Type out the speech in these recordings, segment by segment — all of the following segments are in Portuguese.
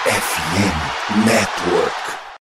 FM Network.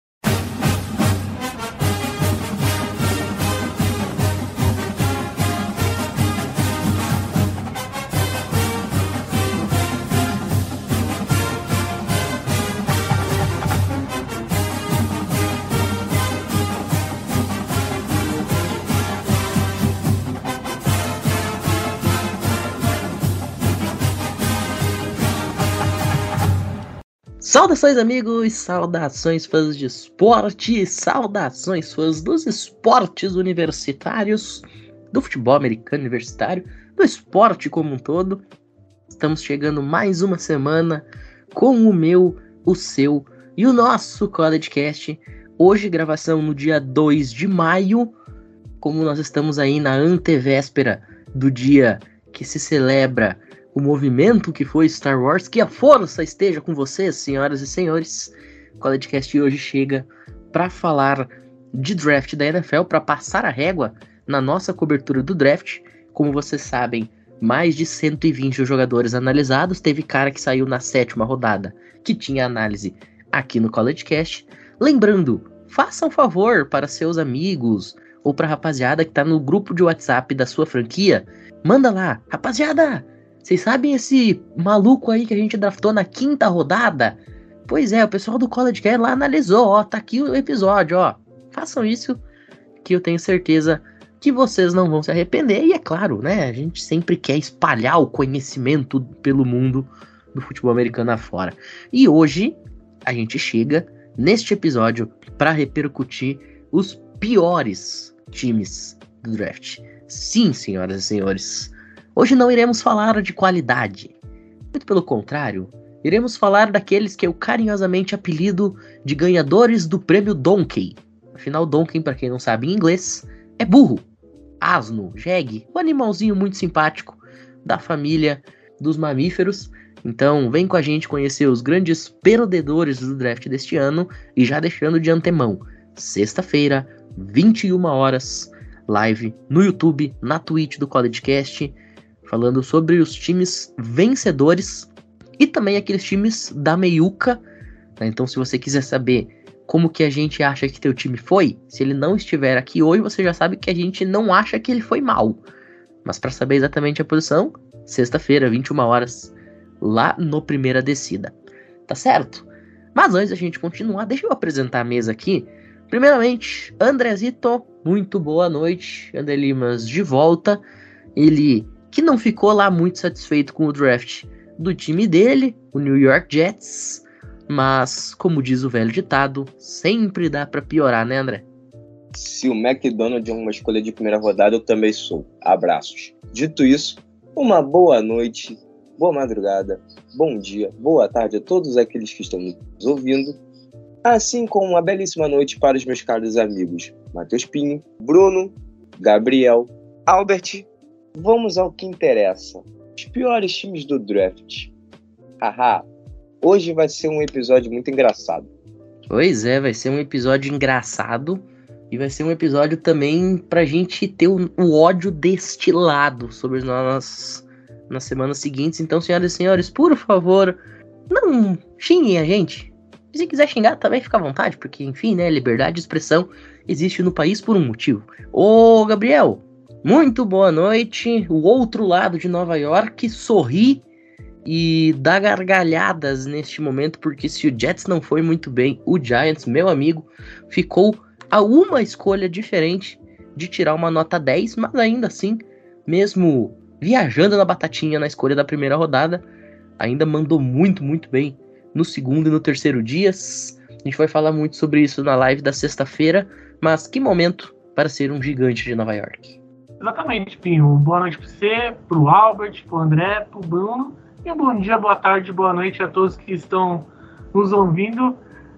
Saudações, amigos, saudações fãs de esporte, saudações fãs dos esportes universitários, do futebol americano universitário, do esporte como um todo. Estamos chegando mais uma semana com o meu, o seu e o nosso CollegeCast. Hoje, gravação no dia 2 de maio, como nós estamos aí na antevéspera do dia que se celebra o movimento que foi Star Wars. Que a força esteja com vocês, senhoras e senhores. O CollegeCast hoje chega para falar de draft da NFL, para passar a régua na nossa cobertura do draft. Como vocês sabem, mais de 120 jogadores analisados. Teve cara que saiu na 7ª rodada que tinha análise aqui no CollegeCast. Lembrando, façam um favor para seus amigos ou para a rapaziada que está no grupo de WhatsApp da sua franquia. Manda lá, rapaziada! Vocês sabem esse maluco aí que a gente draftou na 5ª rodada? Pois é, o pessoal do CollegeCast lá analisou, ó, tá aqui o episódio, ó. Façam isso que eu tenho certeza que vocês não vão se arrepender. E é claro, né, a gente sempre quer espalhar o conhecimento pelo mundo do futebol americano afora. E hoje a gente chega neste episódio para repercutir os piores times do draft. Sim, senhoras e senhores. Hoje não iremos falar de qualidade, muito pelo contrário, iremos falar daqueles que eu carinhosamente apelido de ganhadores do prêmio Donkey. Afinal, Donkey, para quem não sabe em inglês, é burro, asno, jegue, um animalzinho muito simpático da família dos mamíferos. Então vem com a gente conhecer os grandes perdedores do draft deste ano e já deixando de antemão, sexta-feira, 21 horas, live no YouTube, na Twitch do CollegeCast, falando sobre os times vencedores e também aqueles times da meiuca, né? Então, se você quiser saber como que a gente acha que teu time foi, se ele não estiver aqui hoje, você já sabe que a gente não acha que ele foi mal. Mas para saber exatamente a posição, sexta-feira, 21 horas, lá no Primeira Descida. Tá certo? Mas antes da gente continuar, deixa eu apresentar a mesa aqui. Primeiramente, Andrezito, muito boa noite. André Limas de volta. Ele que não ficou lá muito satisfeito com o draft do time dele, o New York Jets, mas, como diz o velho ditado, sempre dá pra piorar, né, André? Se o McDonald's é uma escolha de primeira rodada, eu também sou. Abraços. Dito isso, uma boa noite, boa madrugada, bom dia, boa tarde a todos aqueles que estão nos ouvindo, assim como uma belíssima noite para os meus caros amigos Matheus Pinho, Bruno, Gabriel, Albert. Vamos ao que interessa. Os piores times do draft. Haha. Hoje vai ser um episódio muito engraçado. Pois é, vai ser um episódio engraçado. E vai ser um episódio também pra gente ter o ódio destilado sobre nós nas semanas seguintes. Então, senhoras e senhores, por favor, não xinguem a gente. Se quiser xingar, também fica à vontade. Porque, enfim, né, liberdade de expressão existe no país por um motivo. Ô, Gabriel, muito boa noite. O outro lado de Nova York sorri e dá gargalhadas neste momento, porque se o Jets não foi muito bem, o Giants, meu amigo, ficou a uma escolha diferente de tirar uma nota 10, mas ainda assim, mesmo viajando na batatinha na escolha da primeira rodada, ainda mandou muito, muito bem no segundo e no terceiro dias. A gente vai falar muito sobre isso na live da sexta-feira, mas que momento para ser um gigante de Nova York. Exatamente, Pinho. Boa noite para você, para o Albert, para o André, para o Bruno. E um bom dia, boa tarde, boa noite a todos que estão nos ouvindo.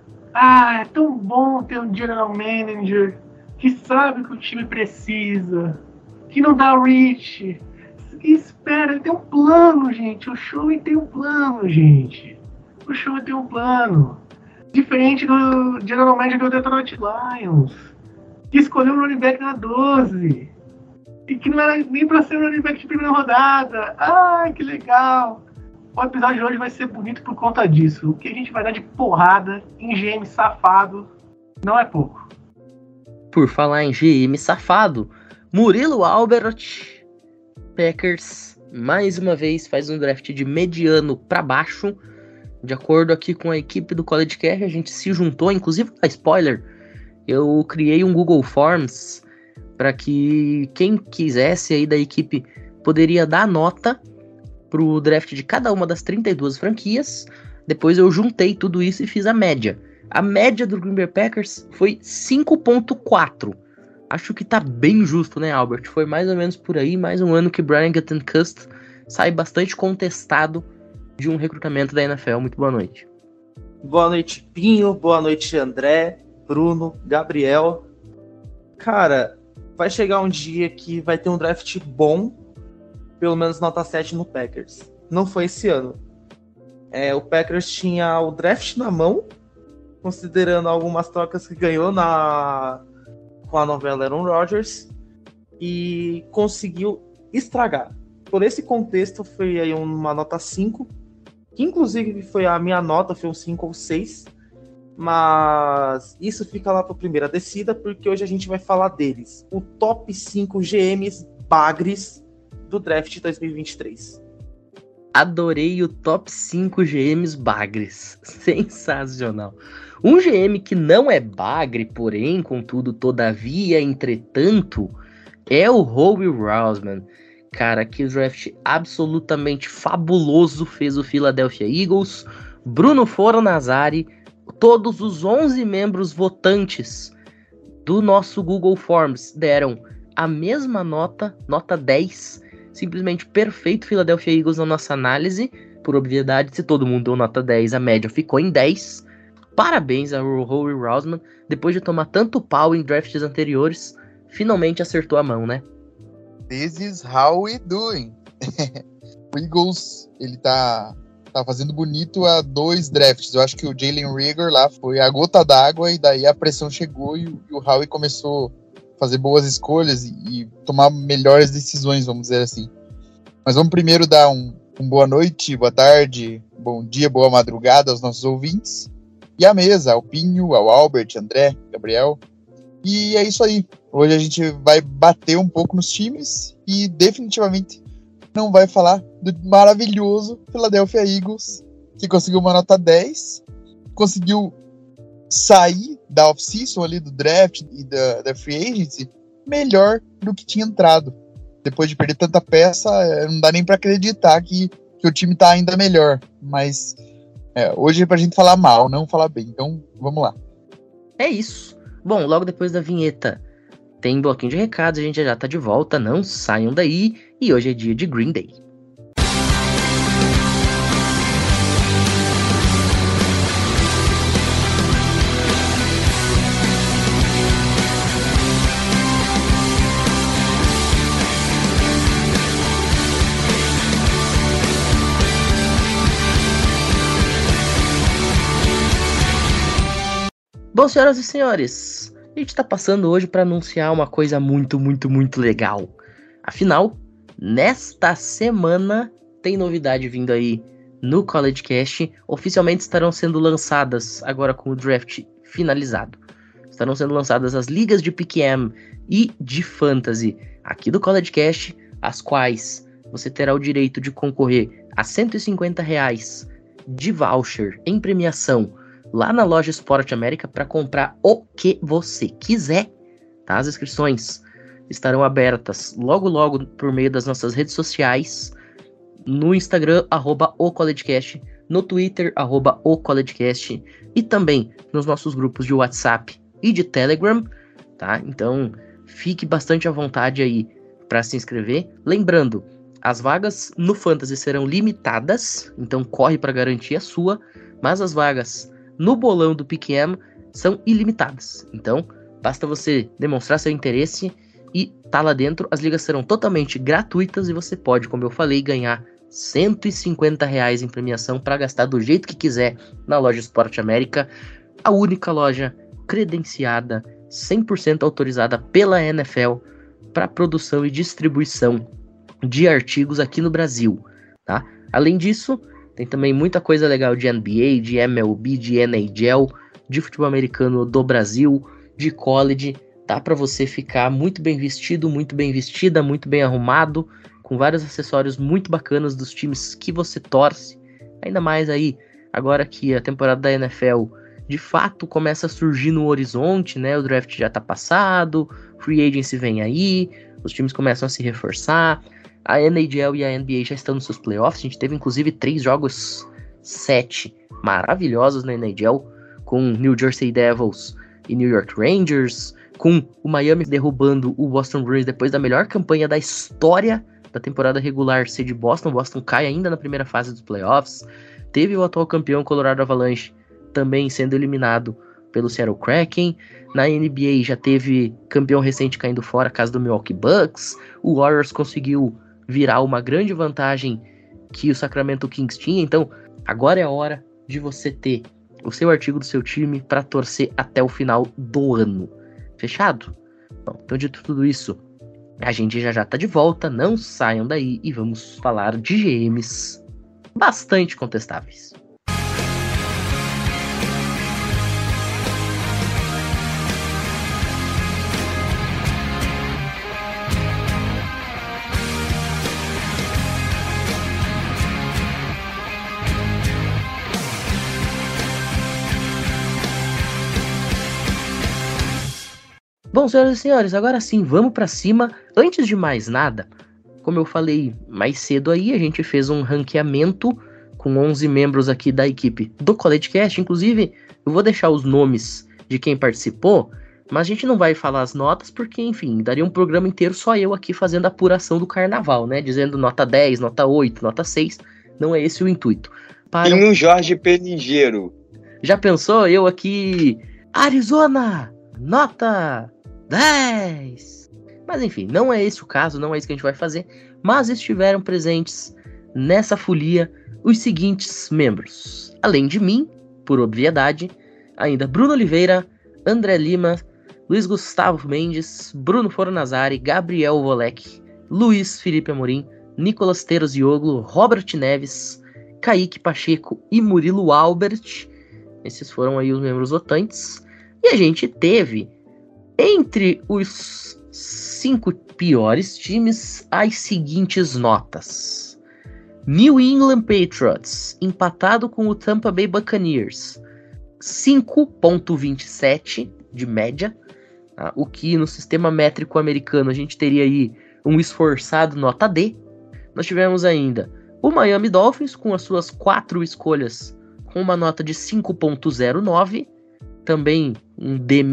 É tão bom ter um general manager que sabe o que o time precisa, que não dá reach, que espera, tem um plano, gente. O show tem um plano, gente. O show tem um plano. Diferente do general manager do Detroit Lions, que escolheu um running back na 12. E que não era nem para ser running back de primeira rodada. Que legal. o episódio de hoje vai ser bonito por conta disso. O que a gente vai dar de porrada em GM safado não é pouco. Por falar em GM safado, Murilo Albert, Packers, mais uma vez faz um draft de mediano para baixo. De acordo aqui com a equipe do College Cash, a gente se juntou, inclusive, spoiler, eu criei um Google Forms para que quem quisesse aí da equipe poderia dar nota pro draft de cada uma das 32 franquias. Depois eu juntei tudo isso e fiz a média. A média do Green Bay Packers foi 5.4. Acho que tá bem justo, né, Albert? Foi mais ou menos por aí, mais um ano que Brian Gutekunst sai bastante contestado de um recrutamento da NFL. Muito boa noite. Boa noite, Pinho. Boa noite, André, Bruno, Gabriel. Cara, vai chegar um dia que vai ter um draft bom, pelo menos nota 7 no Packers. Não foi esse ano. O Packers tinha o draft na mão, considerando algumas trocas que ganhou com a novela Aaron Rodgers, e conseguiu estragar. Por esse contexto, foi aí uma nota 5, que inclusive foi a minha nota, foi um 5 ou 6, mas isso fica lá para a primeira descida, porque hoje a gente vai falar deles. O top 5 GMs bagres do draft de 2023. Adorei o top 5 GMs bagres. Sensacional. Um GM que não é bagre, porém, contudo, todavia, entretanto, é o Howie Roseman. Cara, que draft absolutamente fabuloso fez o Philadelphia Eagles. Bruno Fornazari, todos os 11 membros votantes do nosso Google Forms deram a mesma nota 10. Simplesmente perfeito Philadelphia Eagles na nossa análise. Por obviedade, se todo mundo deu nota 10, a média ficou em 10. Parabéns ao Howie Roseman. Depois de tomar tanto pau em drafts anteriores, finalmente acertou a mão, né? This is how we doing. O Eagles, ele tá fazendo bonito a 2 drafts. Eu acho que o Jalen Reagor lá foi a gota d'água, e daí a pressão chegou e o Howie começou a fazer boas escolhas e tomar melhores decisões, vamos dizer assim. Mas vamos primeiro dar um boa noite, boa tarde, bom dia, boa madrugada aos nossos ouvintes. E à mesa, ao Pinho, ao Albert, André, Gabriel. E é isso aí. Hoje a gente vai bater um pouco nos times e definitivamente não vai falar do maravilhoso Philadelphia Eagles, que conseguiu uma nota 10, conseguiu sair da off-season ali do draft e da free agency melhor do que tinha entrado. Depois de perder tanta peça, não dá nem para acreditar que o time tá ainda melhor. Mas hoje é pra gente falar mal, não falar bem. Então, vamos lá. É isso. Bom, logo depois da vinheta tem bloquinho de recados, a gente já tá de volta, não saiam daí, e hoje é dia de Green Day. Bom, senhoras e senhores, a gente está passando hoje para anunciar uma coisa muito, muito, muito legal. Afinal, nesta semana tem novidade vindo aí no College Cash. Oficialmente estarão sendo lançadas, agora com o draft finalizado, estarão sendo lançadas as ligas de PQM e de Fantasy aqui do College Cash, as quais você terá o direito de concorrer a R$150 de voucher em premiação lá na loja Esporte América para comprar o que você quiser, tá? As inscrições estarão abertas logo por meio das nossas redes sociais, no Instagram, @ocollegecast, no Twitter, @ocollegecast, e também nos nossos grupos de WhatsApp e de Telegram, tá? Então, fique bastante à vontade aí para se inscrever. Lembrando, as vagas no Fantasy serão limitadas, então corre para garantir a sua, mas as vagas no bolão do PQM são ilimitadas. Então, basta você demonstrar seu interesse e tá lá dentro. As ligas serão totalmente gratuitas e você pode, como eu falei, ganhar R$150 em premiação para gastar do jeito que quiser na loja Esporte América, a única loja credenciada, 100% autorizada pela NFL para produção e distribuição de artigos aqui no Brasil, tá? Além disso, Tem também muita coisa legal de NBA, de MLB, de NHL, de futebol americano do Brasil, de college. Dá pra você ficar muito bem vestido, muito bem vestida, muito bem arrumado, com vários acessórios muito bacanas dos times que você torce. Ainda mais aí, agora que a temporada da NFL de fato começa a surgir no horizonte, né? O draft já tá passado, free agency vem aí, os times começam a se reforçar, a NHL e a NBA já estão nos seus playoffs. A gente teve inclusive 3 jogos 7 maravilhosos na NHL, com New Jersey Devils e New York Rangers, com o Miami derrubando o Boston Bruins depois da melhor campanha da história da temporada regular ser de Boston. Boston cai ainda na primeira fase dos playoffs. Teve o atual campeão Colorado Avalanche também sendo eliminado pelo Seattle Kraken. Na NBA já teve campeão recente caindo fora, caso do Milwaukee Bucks. O Warriors conseguiu virar uma grande vantagem que o Sacramento Kings tinha. Então, agora é a hora de você ter o seu artigo do seu time para torcer até o final do ano. Fechado? Bom, então, dito tudo isso, a gente já tá de volta. Não saiam daí e vamos falar de GMs bastante contestáveis. Bom, senhoras e senhores, agora sim, vamos pra cima. Antes de mais nada, como eu falei mais cedo aí, a gente fez um ranqueamento com 11 membros aqui da equipe do CollegeCast. Inclusive, eu vou deixar os nomes de quem participou, mas a gente não vai falar as notas porque, enfim, daria um programa inteiro só eu aqui fazendo a apuração do carnaval, né? Dizendo nota 10, nota 8, nota 6. Não é esse o intuito. E um Jorge Pelingeiro. Já pensou? Eu aqui... Arizona! Nota 10! Mas enfim, não é esse o caso, não é isso que a gente vai fazer. Mas estiveram presentes nessa folia os seguintes membros. Além de mim, por obviedade, ainda Bruno Oliveira, André Lima, Luiz Gustavo Mendes, Bruno Fornazari, Gabriel Volek, Luiz Felipe Amorim, Nicolas Terzioglu, Robert Neves, Kaique Pacheco e Murilo Albert. Esses foram aí os membros votantes. E a gente teve, entre os 5 piores times, as seguintes notas. New England Patriots, empatado com o Tampa Bay Buccaneers, 5.27 de média, tá? O que no sistema métrico americano a gente teria aí um esforçado nota D. Nós tivemos ainda o Miami Dolphins com as suas 4 escolhas com uma nota de 5.09, também um D-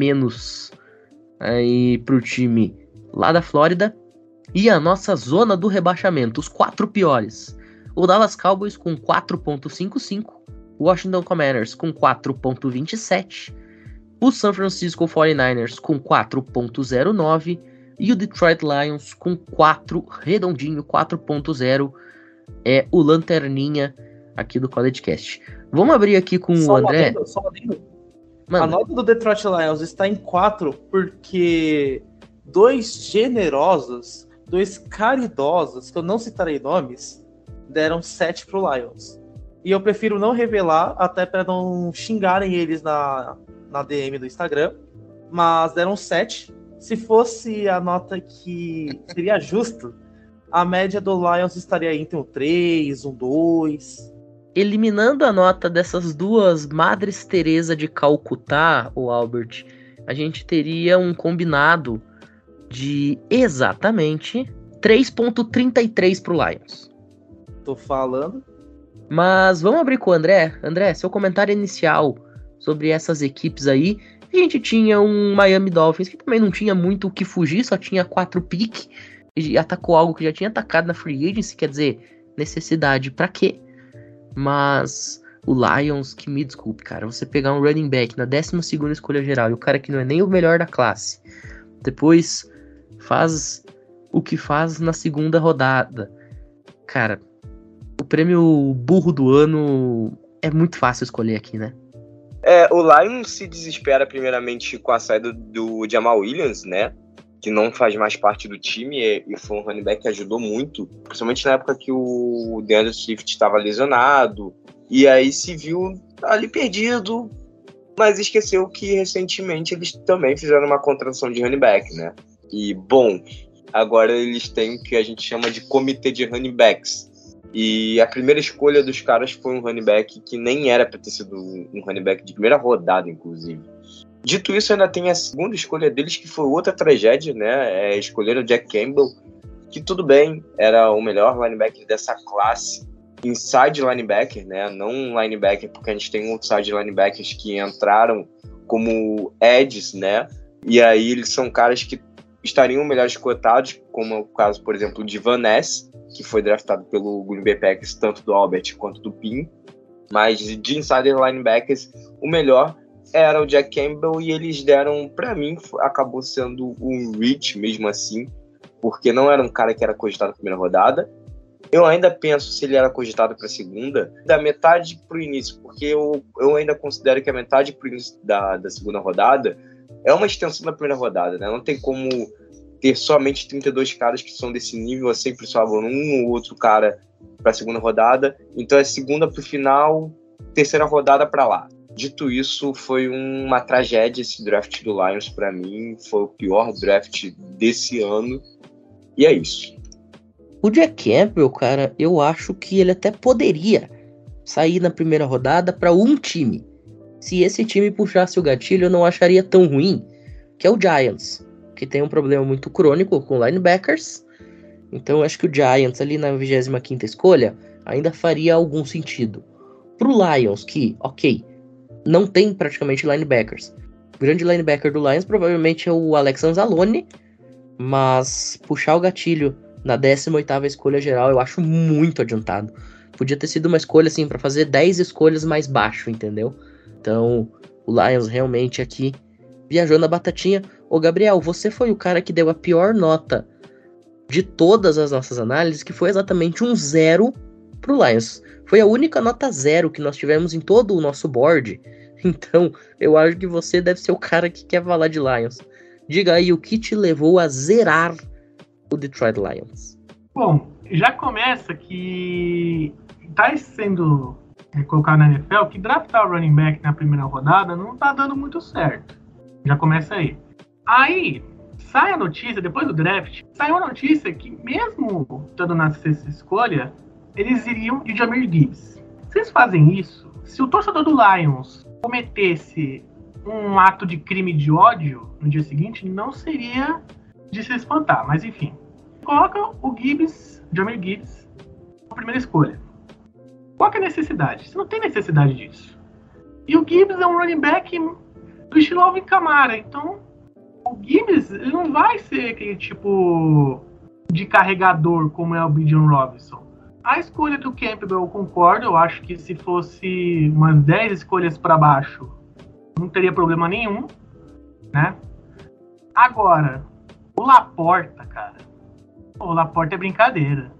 aí pro time lá da Flórida. E a nossa zona do rebaixamento, os 4 piores. O Dallas Cowboys com 4.55, o Washington Commanders com 4.27, o San Francisco 49ers com 4.09 e o Detroit Lions com 4, redondinho, 4.0, é o lanterninha aqui do CollegeCast. Vamos abrir aqui com o André. Só um adendo. A nota do Detroit Lions está em 4 porque 2 generosos, 2 caridosos, que eu não citarei nomes, deram 7 pro Lions. E eu prefiro não revelar, até para não xingarem eles na DM do Instagram, mas deram 7. Se fosse a nota que seria justo, a média do Lions estaria entre um 3, um 2... Eliminando a nota dessas 2 Madres Teresa de Calcutá, o Albert, a gente teria um combinado de exatamente 3.33 pro Lions. Tô falando. Mas vamos abrir com o André. André, seu comentário inicial sobre essas equipes aí. A gente tinha um Miami Dolphins que também não tinha muito o que fugir, só tinha 4 pick e atacou algo que já tinha atacado na free agency, quer dizer, necessidade pra quê? Mas o Lions, que me desculpe, cara, você pegar um running back na 12ª escolha geral e o cara que não é nem o melhor da classe, depois faz o que faz na 2ª rodada, cara, o prêmio burro do ano é muito fácil escolher aqui, né? O Lions se desespera primeiramente com a saída do Jamal Williams, né? que não faz mais parte do time, e foi um running back que ajudou muito, principalmente na época que o DeAndre Swift estava lesionado, e aí se viu ali perdido, mas esqueceu que recentemente eles também fizeram uma contratação de running back, né? E, bom, agora eles têm o que a gente chama de comitê de running backs, e a primeira escolha dos caras foi um running back que nem era para ter sido um running back de primeira rodada, inclusive. Dito isso, ainda tem a segunda escolha deles, que foi outra tragédia, né? Escolheram o Jack Campbell, que tudo bem, era o melhor linebacker dessa classe, inside linebacker, né? Não linebacker, porque a gente tem outside linebackers que entraram como edges, né? E aí eles são caras que estariam melhores cotados, como é o caso, por exemplo, de Van Ness, que foi draftado pelo Green Bay Packers, tanto do Albert quanto do Pin. Mas de inside linebackers, o melhor era o Jack Campbell, e eles deram, pra mim, acabou sendo um reach mesmo assim, porque não era um cara que era cogitado na primeira rodada. Eu ainda penso se ele era cogitado para a segunda, da metade pro início, porque eu ainda considero que a metade pro início da segunda rodada é uma extensão da primeira rodada, né? Não tem como ter somente 32 caras que são desse nível, sempre sobram um ou outro cara para a segunda rodada, então é segunda pro final, terceira rodada para lá. Dito isso, foi uma tragédia esse draft do Lions para mim, foi o pior draft desse ano, e é isso. O Jack Campbell, cara, eu acho que ele até poderia sair na primeira rodada para um time. Se esse time puxasse o gatilho, eu não acharia tão ruim, que é o Giants, que tem um problema muito crônico com linebackers. Então eu acho que o Giants ali na 25ª escolha ainda faria algum sentido. Pro Lions, que, ok, não tem praticamente linebackers. O grande linebacker do Lions provavelmente é o Alex Anzalone, mas puxar o gatilho na 18ª escolha geral eu acho muito adiantado. Podia ter sido uma escolha assim para fazer 10 escolhas mais baixo, entendeu? Então o Lions realmente aqui viajou na batatinha. Ô Gabriel, você foi o cara que deu a pior nota de todas as nossas análises, que foi exatamente um 0 pro Lions. Foi a única nota 0 que nós tivemos em todo o nosso board. Então, eu acho que você deve ser o cara que quer falar de Lions. Diga aí o que te levou a zerar o Detroit Lions. Bom, já começa que tá sendo colocado na NFL que draftar o running back na primeira rodada não tá dando muito certo. Já começa aí. Aí, sai a notícia, depois do draft, saiu a notícia que mesmo estando na sexta escolha, eles iriam de Jahmyr Gibbs. Vocês fazem isso? Se o torcedor do Lions cometesse um ato de crime de ódio no dia seguinte, não seria de se espantar, mas enfim. Coloca o Gibbs, Jahmyr Gibbs, na primeira escolha. Qual que é a necessidade? Você não tem necessidade disso. E o Gibbs é um running back do estilo Alvin Kamara, então o Gibbs ele não vai ser aquele tipo de carregador como é o Bijan Robinson. A escolha do Campbell eu concordo, eu acho que se fosse umas 10 escolhas para baixo, não teria problema nenhum, né? Agora, o Laporta, cara. O Laporta é brincadeira.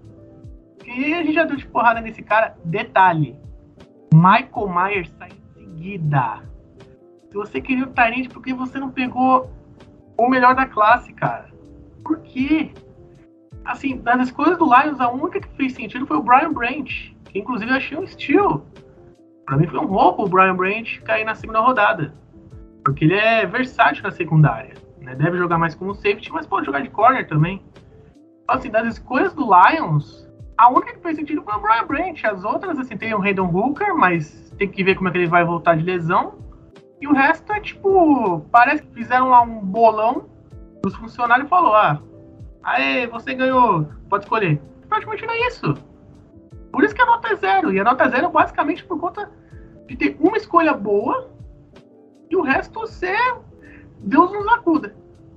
E a gente já deu de porrada nesse cara. Detalhe, Michael Myers sai em seguida. Se você queria o Tyrande, por que você não pegou o melhor da classe, cara? Por quê? Assim, das escolhas do Lions, a única que fez sentido foi o Brian Branch, que inclusive eu achei um steal. Pra mim foi um roubo o Brian Branch cair na segunda rodada, porque ele é versátil na secundária, né? Deve jogar mais como safety, mas pode jogar de corner também. Então, assim, das escolhas do Lions, a única que fez sentido foi o Brian Branch. As outras, assim, tem o Hendon Hooker, mas tem que ver como é que ele vai voltar de lesão. E o resto é tipo, parece que fizeram lá um bolão dos funcionários e falou, aê, você ganhou, pode escolher. Praticamente não é isso. Por isso que a nota é 0. E a nota é 0 basicamente por conta de ter uma escolha boa e o resto ser Deus nos acuda.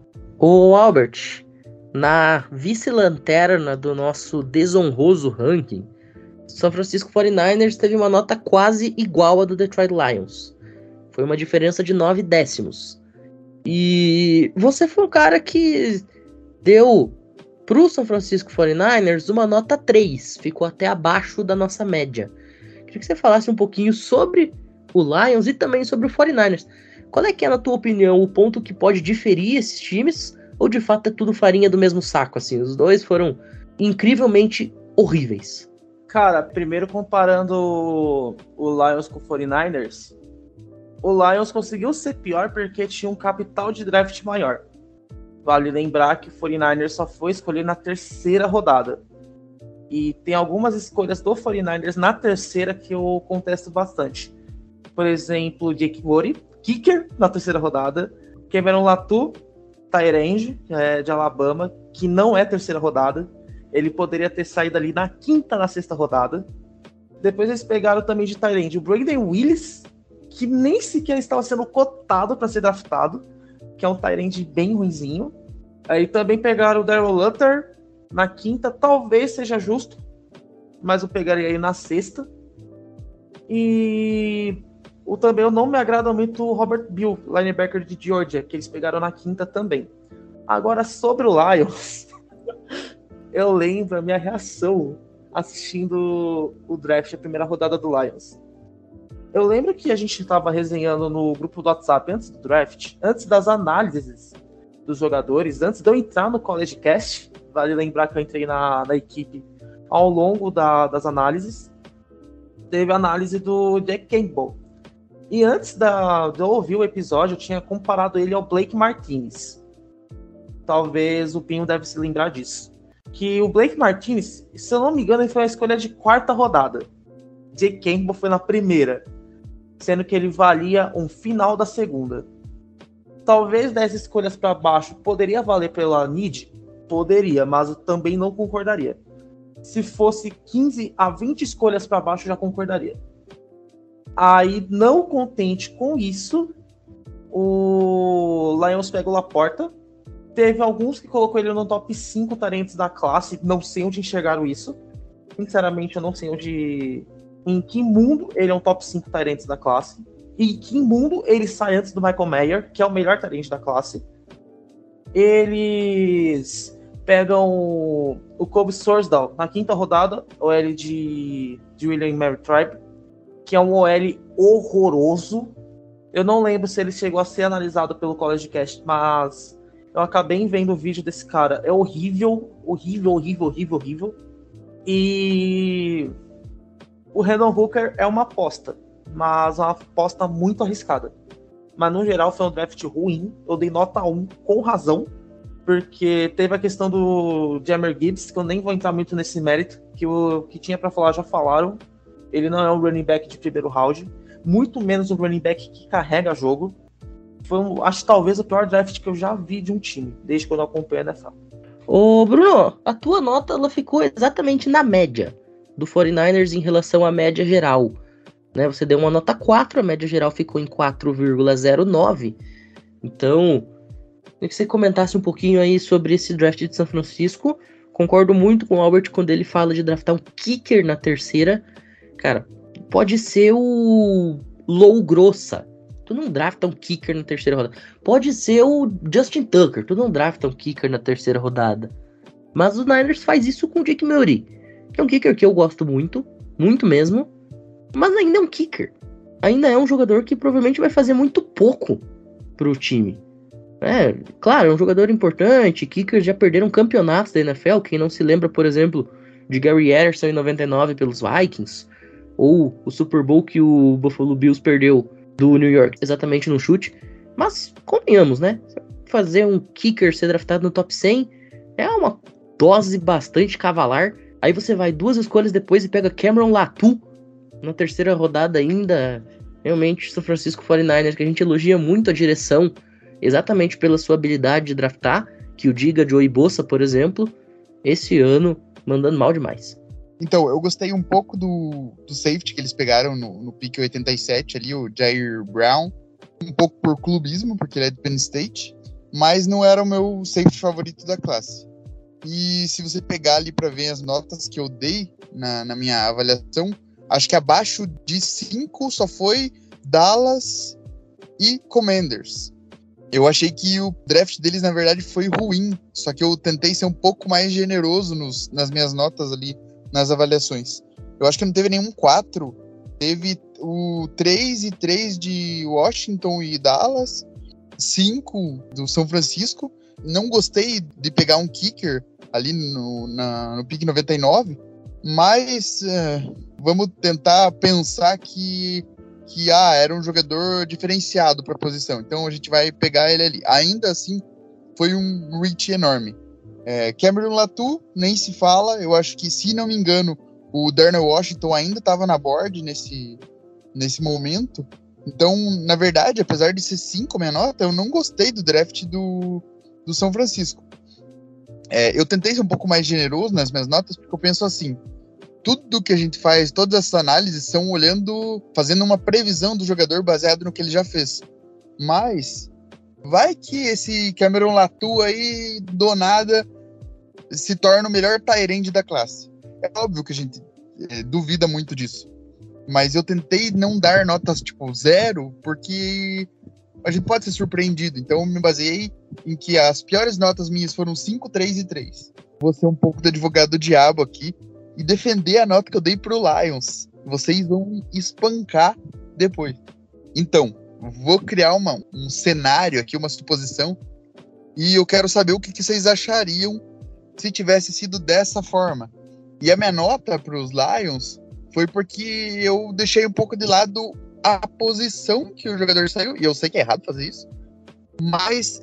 Ô Albert, na vice-lanterna do nosso desonroso ranking, São Francisco 49ers teve uma nota quase igual à do Detroit Lions. Foi uma diferença de 9 décimos. E você foi um cara que deu pro São Francisco 49ers uma nota 3. Ficou até abaixo da nossa média. Queria que você falasse um pouquinho sobre o Lions e também sobre o 49ers. Qual é que é, na tua opinião, o ponto que pode diferir esses times? ou de fato é tudo farinha do mesmo saco, assim? Os dois foram incrivelmente horríveis. Cara, primeiro comparando o Lions com o 49ers, o Lions conseguiu ser pior porque tinha um capital de draft maior. Vale lembrar que o 49ers só foi escolher na terceira rodada. E tem algumas escolhas do 49ers na terceira que eu contesto bastante. Por exemplo, Jake Murray, kicker, na terceira rodada. Cameron Latu, tight end, de Alabama, que não é terceira rodada. Ele poderia ter saído ali na quinta, na sexta rodada. Depois eles pegaram também de tight end o Brandon Willis, que nem sequer estava sendo cotado para ser draftado, que é um tight end bem ruinzinho. Aí também pegaram o Darrell Lutter na quinta, talvez seja justo, mas eu pegaria aí na sexta. E também eu não me agrada muito o Robert Bill, linebacker de Georgia, que eles pegaram na quinta também. Agora, sobre o Lions, eu lembro a minha reação assistindo o draft, a primeira rodada do Lions. Eu lembro que a gente estava resenhando no grupo do WhatsApp antes do draft, antes das análises dos jogadores, antes de eu entrar no College Cast. Vale lembrar que eu entrei na equipe ao longo das análises. Teve a análise do Jack Campbell. E antes de eu ouvir o episódio, eu tinha comparado ele ao Blake Martinez. Talvez o Pinho deve se lembrar disso. Que o Blake Martinez, se eu não me engano, ele foi a escolha de quarta rodada. Jake Campbell foi na primeira, sendo que ele valia um final da segunda. Talvez 10 escolhas para baixo poderia valer pela need? Poderia, mas eu também não concordaria. Se fosse 15 a 20 escolhas para baixo, eu já concordaria. Aí, não contente com isso, o Lions pega o Laporta. Teve alguns que colocou ele no top 5 talentos da classe. Não sei onde enxergaram isso. Sinceramente, eu não sei em que mundo ele é um top 5 talentos da classe. E em que mundo ele sai antes do Michael Mayer, que é o melhor talento da classe. Eles pegam o Kobe Sorsdal na quinta rodada, OL de William Mary Tribe, que é um OL horroroso. Eu não lembro se ele chegou a ser analisado pelo College Cast, mas eu acabei vendo o vídeo desse cara. É horrível, horrível, horrível, horrível, horrível. E o Randall Hooker é uma aposta, mas uma aposta muito arriscada. Mas no geral foi um draft ruim. Eu dei nota 1 com razão, porque teve a questão do Jahmyr Gibbs, que eu nem vou entrar muito nesse mérito, que o que tinha para falar já falaram. Ele não é um running back de primeiro round, muito menos um running back que carrega jogo. Foi, acho talvez o pior draft que eu já vi de um time, desde quando eu acompanho a NFL. Ô Bruno, a tua nota ela ficou exatamente na média do 49ers em relação à média geral. Né? Você deu uma nota 4, a média geral ficou em 4,09. Então, queria que você comentasse um pouquinho aí sobre esse draft de São Francisco. Concordo muito com o Albert quando ele fala de draftar um kicker na terceira. Cara, pode ser o Low Grossa. Tu não drafta um kicker na terceira rodada. Pode ser o Justin Tucker. Tu não drafta um kicker na terceira rodada. Mas o Niners faz isso com o Jake Murray, que é um kicker que eu gosto muito, muito mesmo. Mas ainda é um kicker. Ainda é um jogador que provavelmente vai fazer muito pouco pro time. Claro, é um jogador importante. Kickers já perderam campeonatos da NFL. Quem não se lembra, por exemplo, de Gary Anderson em 99 pelos Vikings. Ou o Super Bowl que o Buffalo Bills perdeu do New York, exatamente no chute. Mas, convenhamos, né? Fazer um kicker ser draftado no top 100 é uma dose bastante cavalar. Aí você vai 2 escolhas depois e pega Cameron Latu na terceira rodada ainda. Realmente, São Francisco 49ers, que a gente elogia muito a direção, exatamente pela sua habilidade de draftar, que o diga Joey Bosa, por exemplo, esse ano mandando mal demais. Então, eu gostei um pouco do safety que eles pegaram no pick 87 ali, o Jair Brown. Um pouco por clubismo, porque ele é de Penn State, mas não era o meu safety favorito da classe. E se você pegar ali para ver as notas que eu dei na minha avaliação, acho que abaixo de 5 só foi Dallas e Commanders. Eu achei que o draft deles, na verdade, foi ruim, só que eu tentei ser um pouco mais generoso nas minhas notas ali, nas avaliações. Eu acho que não teve nenhum 4, teve o 3 e 3 de Washington e Dallas, 5 do São Francisco, Não gostei de pegar um kicker ali no pick 99, mas vamos tentar pensar que era um jogador diferenciado para a posição, então a gente vai pegar ele ali. Ainda assim, foi um reach enorme. Cameron Latu, nem se fala, eu acho que, se não me engano, o Darnell Washington ainda estava na board nesse momento. Então, na verdade, apesar de ser 5 minha nota, eu não gostei do draft do São Francisco. Eu tentei ser um pouco mais generoso nas minhas notas, porque eu penso assim, tudo que a gente faz, todas essas análises são fazendo uma previsão do jogador baseado no que ele já fez. Mas vai que esse Cameron Latu aí, do nada, se torna o melhor tight end da classe. É óbvio que a gente duvida muito disso. Mas eu tentei não dar notas tipo 0, porque a gente pode ser surpreendido. Então eu me baseei em que as piores notas minhas foram 5, 3 e 3. Vou ser um pouco do advogado do diabo aqui e defender a nota que eu dei pro Lions. Vocês vão me espancar depois. Então, vou criar um cenário aqui, uma suposição, e eu quero saber o que vocês achariam se tivesse sido dessa forma. E a minha nota para os Lions foi porque eu deixei um pouco de lado a posição que o jogador saiu, e eu sei que é errado fazer isso, mas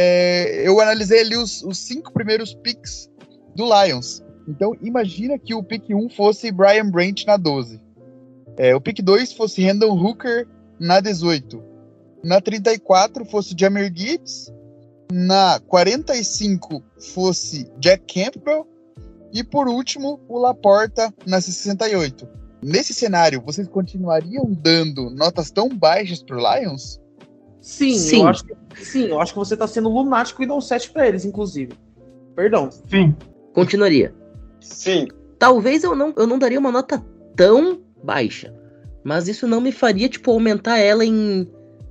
eu analisei ali os 5 primeiros picks do Lions. Então, imagina que o pick 1 fosse Brian Branch na 12. O pick 2 fosse Hendon Hooker na 18. Na 34 fosse Jahmyr Gibbs. Na 45 fosse Jack Campbell. E por último, o Laporta na 68. Nesse cenário, vocês continuariam dando notas tão baixas pro Lions? Sim. Eu acho que você tá sendo lunático e dá um 7 pra eles, inclusive. Perdão. Sim. Continuaria. Sim. Talvez eu não daria uma nota tão baixa, mas isso não me faria, aumentar ela em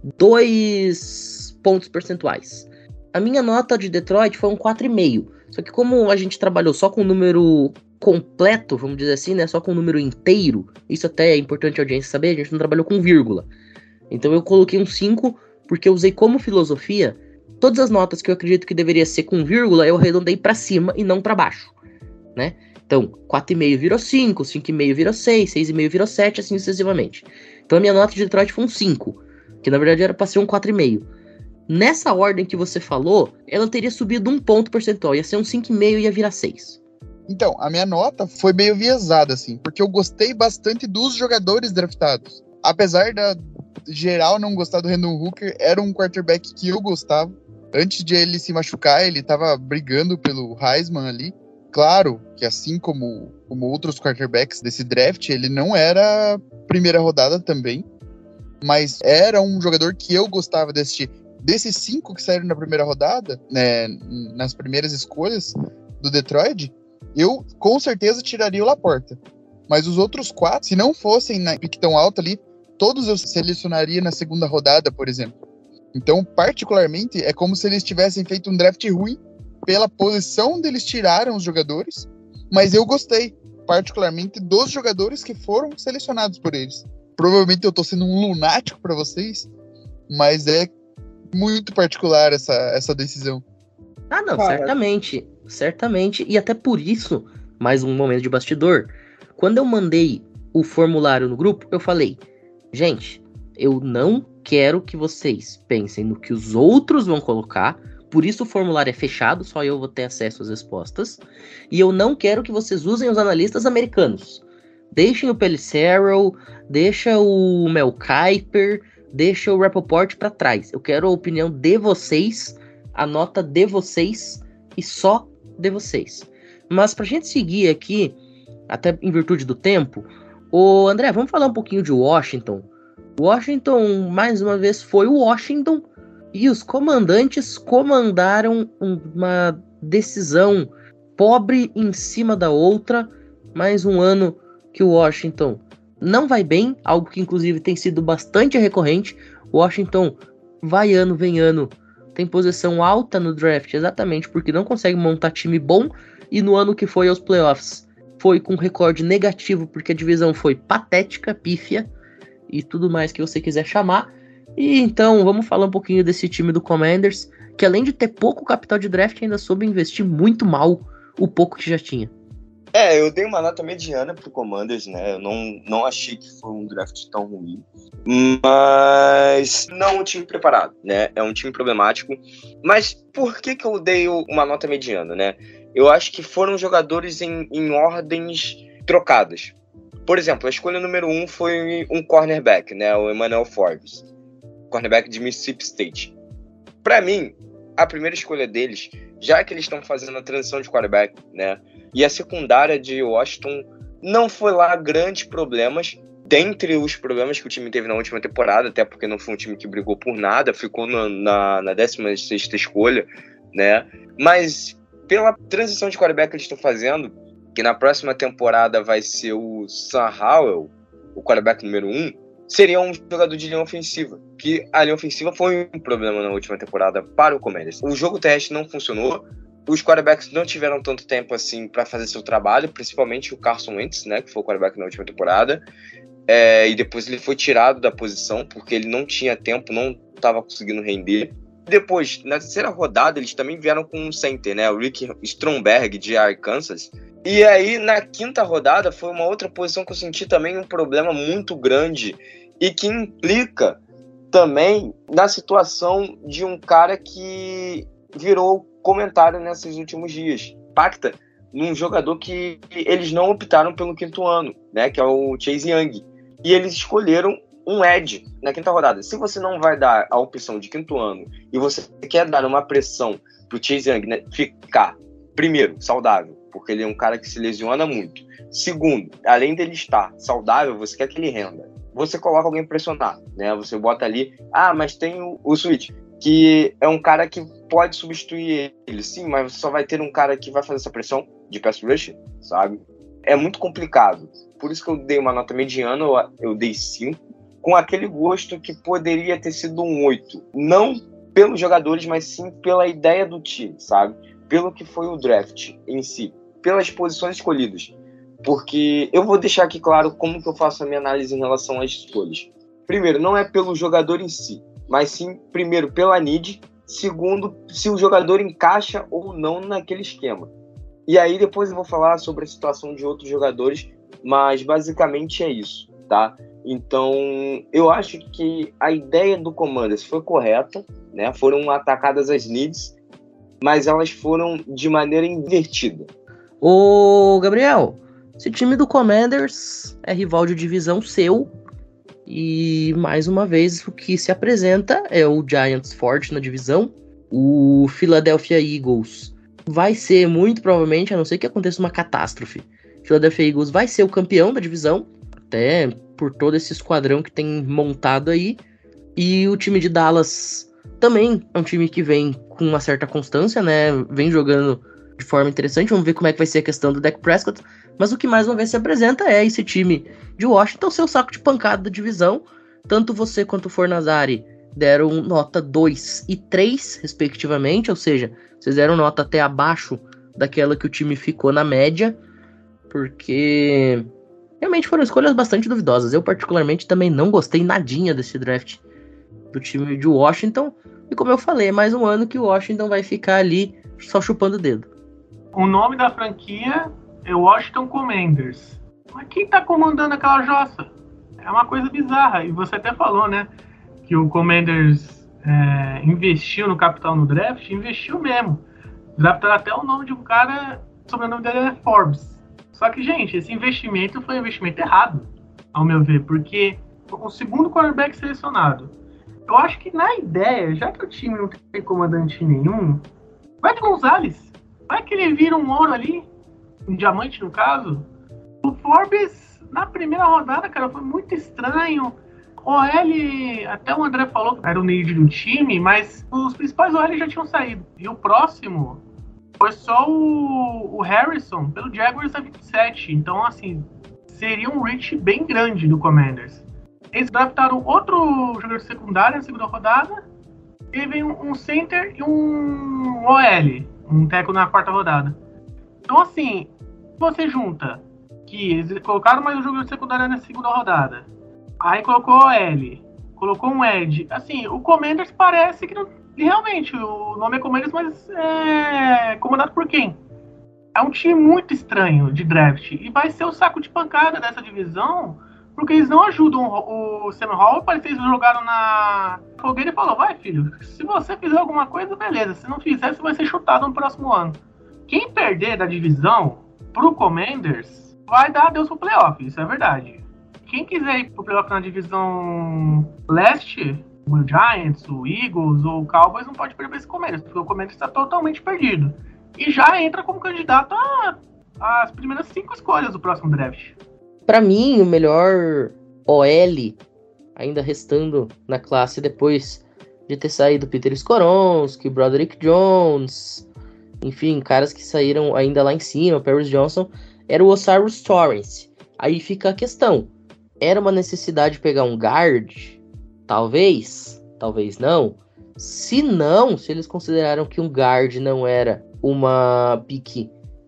2 pontos percentuais. A minha nota de Detroit foi um 4,5. Só que como a gente trabalhou só com o número completo, vamos dizer assim, né? Só com o número inteiro, isso até é importante a audiência saber, a gente não trabalhou com vírgula. Então eu coloquei um 5, porque eu usei como filosofia, todas as notas que eu acredito que deveria ser com vírgula, eu arredondei para cima e não para baixo, né? Então, 4,5 virou 5, 5,5 virou 6, 6,5 virou 7, assim sucessivamente. Então a minha nota de Detroit foi um 5, que na verdade era para ser um 4,5. Nessa ordem que você falou, ela teria subido 1 ponto percentual, ia ser um 5,5 e ia virar 6. Então, a minha nota foi meio viesada, assim, porque eu gostei bastante dos jogadores draftados. Apesar da geral não gostar do Hendon Hooker, era um quarterback que eu gostava. Antes de ele se machucar, ele tava brigando pelo Heisman ali. Claro que, assim como outros quarterbacks desse draft, ele não era primeira rodada também, mas era um jogador que eu gostava de assistir. Desses 5 que saíram na primeira rodada, né, nas primeiras escolhas do Detroit, eu com certeza tiraria o Laporta. Mas os outros 4, se não fossem na pick tão alta ali, todos eu selecionaria na segunda rodada, por exemplo. Então, particularmente, é como se eles tivessem feito um draft ruim pela posição onde eles tiraram os jogadores, mas eu gostei, particularmente, dos jogadores que foram selecionados por eles. Provavelmente eu tô sendo um lunático para vocês, mas é muito particular essa decisão. Ah, não, certamente, e até por isso, mais um momento de bastidor, quando eu mandei o formulário no grupo, eu falei, gente, eu não quero que vocês pensem no que os outros vão colocar, por isso o formulário é fechado, só eu vou ter acesso às respostas, e eu não quero que vocês usem os analistas americanos. Deixem o Pelissero, deixa o Mel Kiper, deixa o Rappaport pra trás. Eu quero a opinião de vocês, a nota de vocês e só de vocês. Mas pra gente seguir aqui, até em virtude do tempo, André, vamos falar um pouquinho de Washington. Washington, mais uma vez, foi o Washington e os comandantes comandaram uma decisão pobre em cima da outra. Mais um ano que o Washington não vai bem, algo que inclusive tem sido bastante recorrente. Washington vai ano, vem ano, tem posição alta no draft exatamente porque não consegue montar time bom, e no ano que foi aos playoffs foi com recorde negativo porque a divisão foi patética, pífia e tudo mais que você quiser chamar. E então vamos falar um pouquinho desse time do Commanders, que além de ter pouco capital de draft, ainda soube investir muito mal o pouco que já tinha. Eu dei uma nota mediana pro Commanders, né? Eu não achei que foi um draft tão ruim. Mas não é um time preparado, né? É um time problemático. Mas por que eu dei uma nota mediana, né? Eu acho que foram jogadores em ordens trocadas. Por exemplo, a escolha número 1 foi um cornerback, né? O Emmanuel Forbes, cornerback de Mississippi State. Para mim, a primeira escolha deles, já que eles estão fazendo a transição de quarterback, né? E a secundária de Washington não foi lá grandes problemas, dentre os problemas que o time teve na última temporada, até porque não foi um time que brigou por nada, ficou na 16ª escolha, né? Mas pela transição de quarterback que eles estão fazendo, que na próxima temporada vai ser o Sam Howell, o quarterback número 1, seria um jogador de linha ofensiva, que a linha ofensiva foi um problema na última temporada para o Commanders. O jogo terrestre não funcionou, os quarterbacks não tiveram tanto tempo assim para fazer seu trabalho, principalmente o Carson Wentz, né, que foi o quarterback na última temporada, e depois ele foi tirado da posição porque ele não tinha tempo, não estava conseguindo render. Depois, na terceira rodada, eles também vieram com um center, né, o Rick Stromberg de Arkansas. E aí, na quinta rodada, foi uma outra posição que eu senti também um problema muito grande e que implica também na situação de um cara que virou comentário nesses últimos dias. Impacta num jogador que eles não optaram pelo quinto ano, né, que é o Chase Young. E eles escolheram um edge na quinta rodada. Se você não vai dar a opção de quinto ano e você quer dar uma pressão pro Chase Young, né, ficar, primeiro, saudável, porque ele é um cara que se lesiona muito. Segundo, além dele estar saudável, você quer que ele renda. Você coloca alguém pressionar, né? Você bota ali, mas tem o Switch, que é um cara que pode substituir ele, sim, mas você só vai ter um cara que vai fazer essa pressão de pass rush, sabe? É muito complicado. Por isso que eu dei uma nota mediana, eu dei 5, com aquele gosto que poderia ter sido um 8. Não pelos jogadores, mas sim pela ideia do time, sabe? Pelo que foi o draft em si, pelas posições escolhidas. Porque eu vou deixar aqui claro como que eu faço a minha análise em relação às escolhas. Primeiro, não é pelo jogador em si, mas sim, primeiro, pela need. Segundo, se o jogador encaixa ou não naquele esquema. E aí depois eu vou falar sobre a situação de outros jogadores, mas basicamente é isso, tá? Então, eu acho que a ideia do Commanders foi correta, né? Foram atacadas as needs, mas elas foram de maneira invertida. Ô, Gabriel, esse time do Commanders é rival de divisão seu, e mais uma vez o que se apresenta é o Giants forte na divisão. O Philadelphia Eagles vai ser, muito provavelmente, a não ser que aconteça uma catástrofe, Philadelphia Eagles vai ser o campeão da divisão, até por todo esse esquadrão que tem montado aí. E o time de Dallas também é um time que vem com uma certa constância, né? Vem jogando de forma interessante. Vamos ver como é que vai ser a questão do Dak Prescott. Mas o que mais uma vez se apresenta é esse time de Washington, seu saco de pancada da divisão. Tanto você quanto o Fornazari deram nota 2 e 3, respectivamente. Ou seja, vocês deram nota até abaixo daquela que o time ficou na média. Porque realmente foram escolhas bastante duvidosas. Eu particularmente também não gostei nadinha desse draft do time de Washington. E como eu falei, é mais um ano que o Washington vai ficar ali só chupando o dedo. O nome da franquia é Washington Commanders. Mas quem tá comandando aquela jossa? É uma coisa bizarra. E você até falou, né, que o Commanders investiu no capital no draft. Investiu mesmo. Draftaram até o nome de um cara, o sobrenome dele é Forbes. Só que, gente, esse investimento foi um investimento errado, ao meu ver, porque o segundo quarterback selecionado, eu acho que na ideia, já que o time não tem comandante nenhum, vai de Gonzalez. Vai que ele vira um ouro ali, um diamante no caso. O Forbes, na primeira rodada, cara, foi muito estranho. OL, até o André falou que era o need do time, mas os principais OL já tinham saído. E o próximo foi só o Harrison pelo Jaguars a 27. Então, assim, seria um reach bem grande do Commanders. Eles draftaram outro jogador secundário na segunda rodada. E veio um center e um OL, um tackle na quarta rodada. Então, assim, você junta que eles colocaram mais um jogador secundário na segunda rodada. Aí colocou OL, colocou um edge. Assim, o Commanders parece que E realmente, o nome é Commanders, mas é comandado por quem? É um time muito estranho de draft. E vai ser o saco de pancada dessa divisão, porque eles não ajudam o Sam Howell. Parece que eles jogaram na fogueira e falou: vai, filho, se você fizer alguma coisa, beleza. Se não fizer, você vai ser chutado no próximo ano. Quem perder da divisão pro Commanders vai dar adeus pro playoff, isso é verdade. Quem quiser ir pro playoff na divisão leste, o Giants, o Eagles ou o Cowboys, não pode perder esse Commanders, porque o Commanders está totalmente perdido. E já entra como candidato às primeiras 5 escolhas do próximo draft. Pra mim, o melhor OL, ainda restando na classe depois de ter saído Peter Skoronski, Broderick Jones, enfim, caras que saíram ainda lá em cima, Paris Johnson, era o Osiris Torrance. Aí fica a questão, era uma necessidade pegar um guard? Talvez não. Se não, se eles consideraram que um guard não era uma pick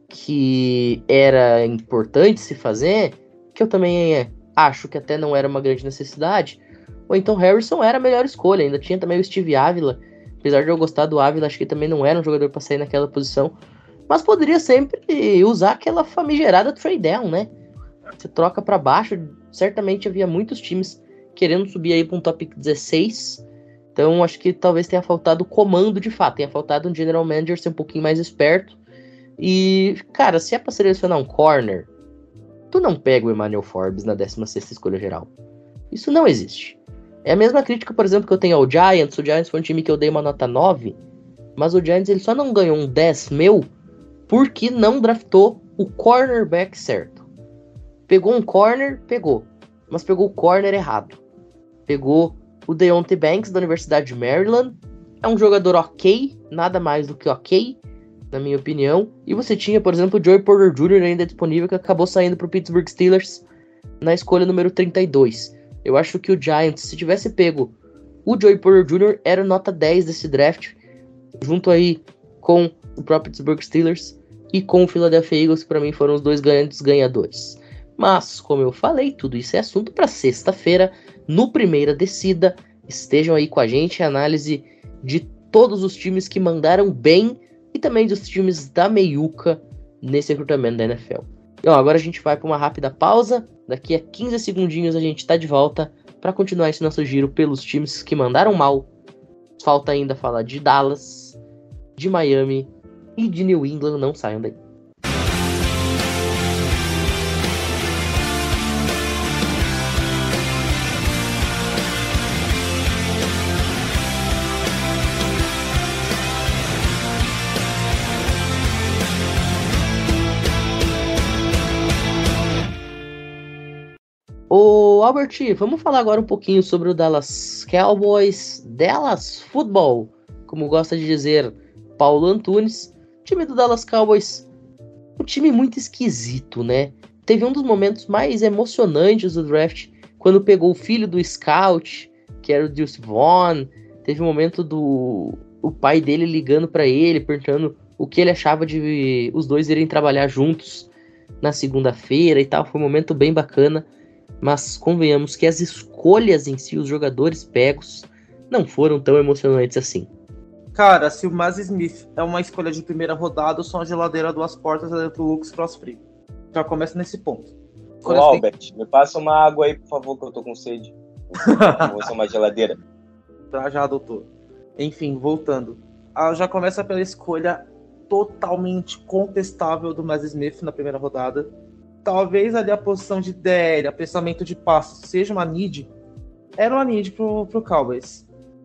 que era importante se fazer, que eu também acho que até não era uma grande necessidade, ou então Harrison era a melhor escolha. Ainda tinha também o Steve Ávila, apesar de eu gostar do Ávila, acho que também não era um jogador para sair naquela posição, mas poderia sempre usar aquela famigerada trade down, né? Você troca para baixo, certamente havia muitos times querendo subir aí para um top 16, então acho que talvez tenha faltado comando de fato, tenha faltado um general manager ser um pouquinho mais esperto. E, cara, se é pra selecionar um corner, tu não pega o Emmanuel Forbes na 16ª escolha geral. Isso não existe. É a mesma crítica, por exemplo, que eu tenho ao Giants. O Giants foi um time que eu dei uma nota 9, mas o Giants ele só não ganhou um 10 meu porque não draftou o cornerback certo. Pegou um corner, mas pegou o corner errado. Pegou o Deontay Banks da Universidade de Maryland. É um jogador ok, nada mais do que ok, na minha opinião. E você tinha, por exemplo, o Joey Porter Jr. ainda disponível, que acabou saindo para o Pittsburgh Steelers na escolha número 32. Eu acho que o Giants, se tivesse pego o Joey Porter Jr., era nota 10 desse draft, junto aí com o próprio Pittsburgh Steelers e com o Philadelphia Eagles, que para mim foram os dois grandes ganhadores. Mas, como eu falei, tudo isso é assunto para sexta-feira, no Primeira Descida. Estejam aí com a gente, análise de todos os times que mandaram bem e também dos times da meiuca nesse recrutamento da NFL. Então, agora a gente vai para uma rápida pausa. Daqui a 15 segundinhos a gente está de volta para continuar esse nosso giro pelos times que mandaram mal. Falta ainda falar de Dallas, de Miami e de New England. Não saiam daí. Ô Albert, vamos falar agora um pouquinho sobre o Dallas Cowboys, Dallas Football, como gosta de dizer Paulo Antunes. O time do Dallas Cowboys, um time muito esquisito, né? Teve um dos momentos mais emocionantes do draft, quando pegou o filho do scout, que era o Deuce Vaughn. Teve um momento do o pai dele ligando para ele, perguntando o que ele achava de os dois irem trabalhar juntos na segunda-feira e tal. Foi um momento bem bacana. Mas convenhamos que as escolhas em si, os jogadores pegos, não foram tão emocionantes assim. Cara, se o Maz Smith é uma escolha de primeira rodada, eu sou uma geladeira duas portas dentro do Lux Cross Free. Já começa nesse ponto. Ô Albert, me passa uma água aí, por favor, que eu tô com sede. Vou ser uma geladeira. Já, doutor. Enfim, voltando. Já começa pela escolha totalmente contestável do Maz Smith na primeira rodada. Talvez ali a posição de DL, apressamento de passos, seja uma need. Era uma need pro Cowboys.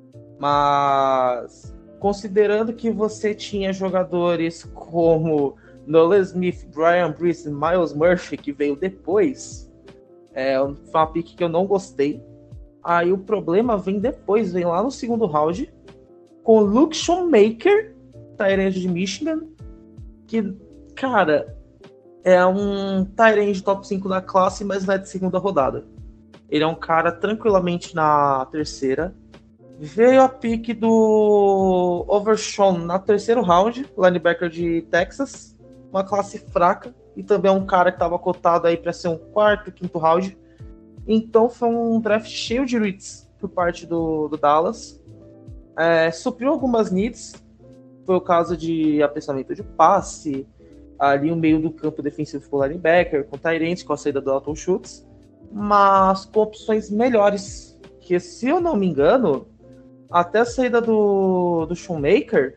Mas, considerando que você tinha jogadores como Nolan Smith, Brian Brice e Miles Murphy, que veio depois, foi uma pick que eu não gostei. Aí o problema vem depois, vem lá no segundo round, com o Luke Schoonmaker, tight end de Michigan, que, cara, é um tight end top 5 da classe, mas não é de segunda rodada. Ele é um cara tranquilamente na terceira. Veio a pick do Overshawn na terceiro round, linebacker de Texas, uma classe fraca, e também é um cara que estava cotado aí para ser um quarto, quinto round. Então foi um draft cheio de reads por parte do Dallas. Supriu algumas needs. Foi o caso de apreciamento de passe, ali o meio do campo defensivo ficou linebacker, com Tyrant, com a saída do Dalton Schultz, mas com opções melhores. Que, se eu não me engano, até a saída do Shoemaker,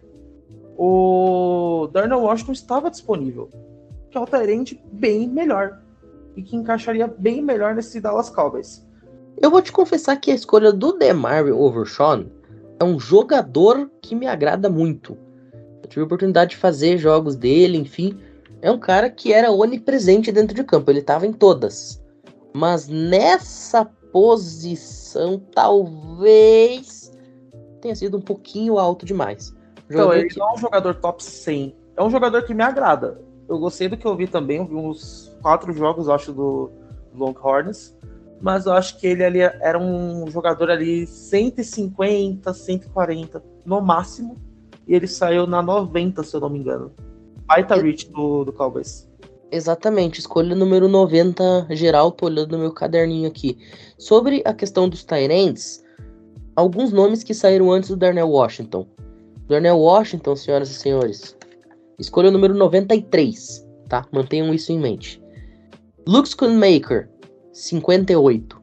o Darnell Washington estava disponível, que é um Tyrant bem melhor e que encaixaria bem melhor nesse Dallas Cowboys. Eu vou te confessar que a escolha do DeMarre Overshawn é um jogador que me agrada muito. Eu tive a oportunidade de fazer jogos dele, enfim. É um cara que era onipresente dentro de campo, ele estava em todas. Mas nessa posição, talvez tenha sido um pouquinho alto demais. Então, ele não é um jogador top 100. É um jogador que me agrada. Eu gostei do que eu vi também. Eu vi uns 4 jogos, acho, do Longhorns. Mas eu acho que ele ali era um jogador ali 150, 140 no máximo. E ele saiu na 90, se eu não me engano. Baita reach do Cowboys. Exatamente, escolha número 90 geral, tô olhando no meu caderninho aqui. Sobre a questão dos tight ends, alguns nomes que saíram antes do Darnell Washington. Darnell Washington, senhoras e senhores, escolha número 93, tá? Mantenham isso em mente. Luke Schoonmaker, 58.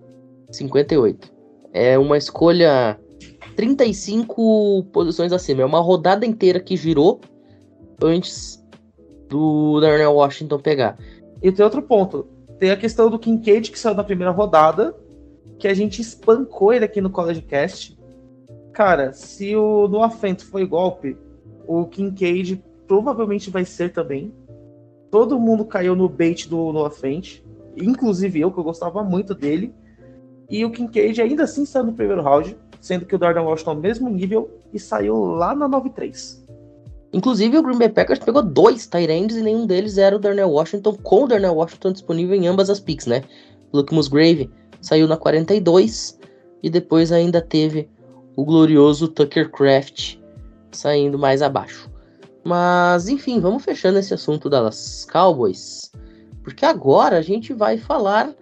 É uma escolha 35 posições acima. É uma rodada inteira que girou antes do Darnell Washington pegar. E tem outro ponto. Tem a questão do Kincaid, que saiu na primeira rodada, que a gente espancou ele aqui no College Cast. Cara, se o Noah Fant foi golpe, o Kincaid provavelmente vai ser também. Todo mundo caiu no bait do Noah Fant, inclusive eu, que eu gostava muito dele. E o Kincaid ainda assim saiu no primeiro round, sendo que o Darnell Washington é o mesmo nível e saiu lá na 9-3. Inclusive, o Green Bay Packers pegou 2 tight ends e nenhum deles era o Darnell Washington, com o Darnell Washington disponível em ambas as picks, né? Luke Musgrave saiu na 42 e depois ainda teve o glorioso Tucker Kraft saindo mais abaixo. Mas, enfim, vamos fechando esse assunto das Cowboys, porque agora a gente vai falar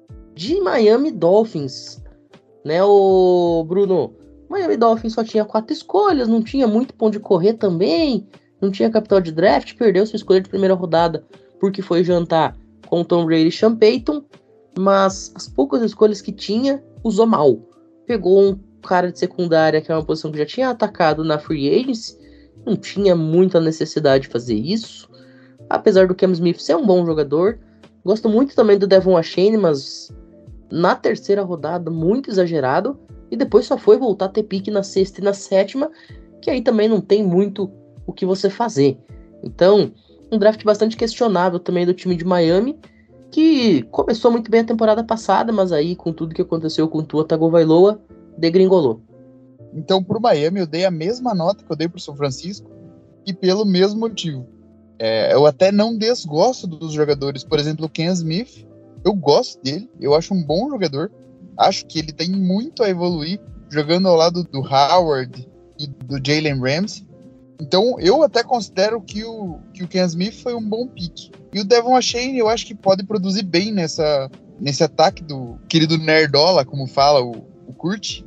de Miami Dolphins, né, o Bruno? Miami Dolphins só tinha 4 escolhas, não tinha muito pão de correr também, não tinha capital de draft, perdeu sua escolha de primeira rodada porque foi jantar com Tom Brady e Sean Payton, mas as poucas escolhas que tinha, usou mal. Pegou um cara de secundária, que é uma posição que já tinha atacado na Free Agency, não tinha muita necessidade de fazer isso, apesar do Cam Smith ser um bom jogador. Gosto muito também do Devon Achane, mas na terceira rodada, muito exagerado. E depois só foi voltar a ter pique na 6ª e na 7ª, que aí também não tem muito o que você fazer. Então, um draft bastante questionável também do time de Miami, que começou muito bem a temporada passada, mas aí com tudo que aconteceu com o Tua Tagovailoa, degringolou. Então, pro Miami, eu dei a mesma nota que eu dei pro São Francisco, e pelo mesmo motivo. Eu até não desgosto dos jogadores. Por exemplo, o Ken Smith, eu gosto dele, eu acho um bom jogador. Acho que ele tem muito a evoluir jogando ao lado do Howard e do Jalen Ramsey. Então, eu até considero que o Ken Smith foi um bom pick. E o Devon Achane, eu acho que pode produzir bem nesse ataque do querido Nerdola, como fala o Kurt.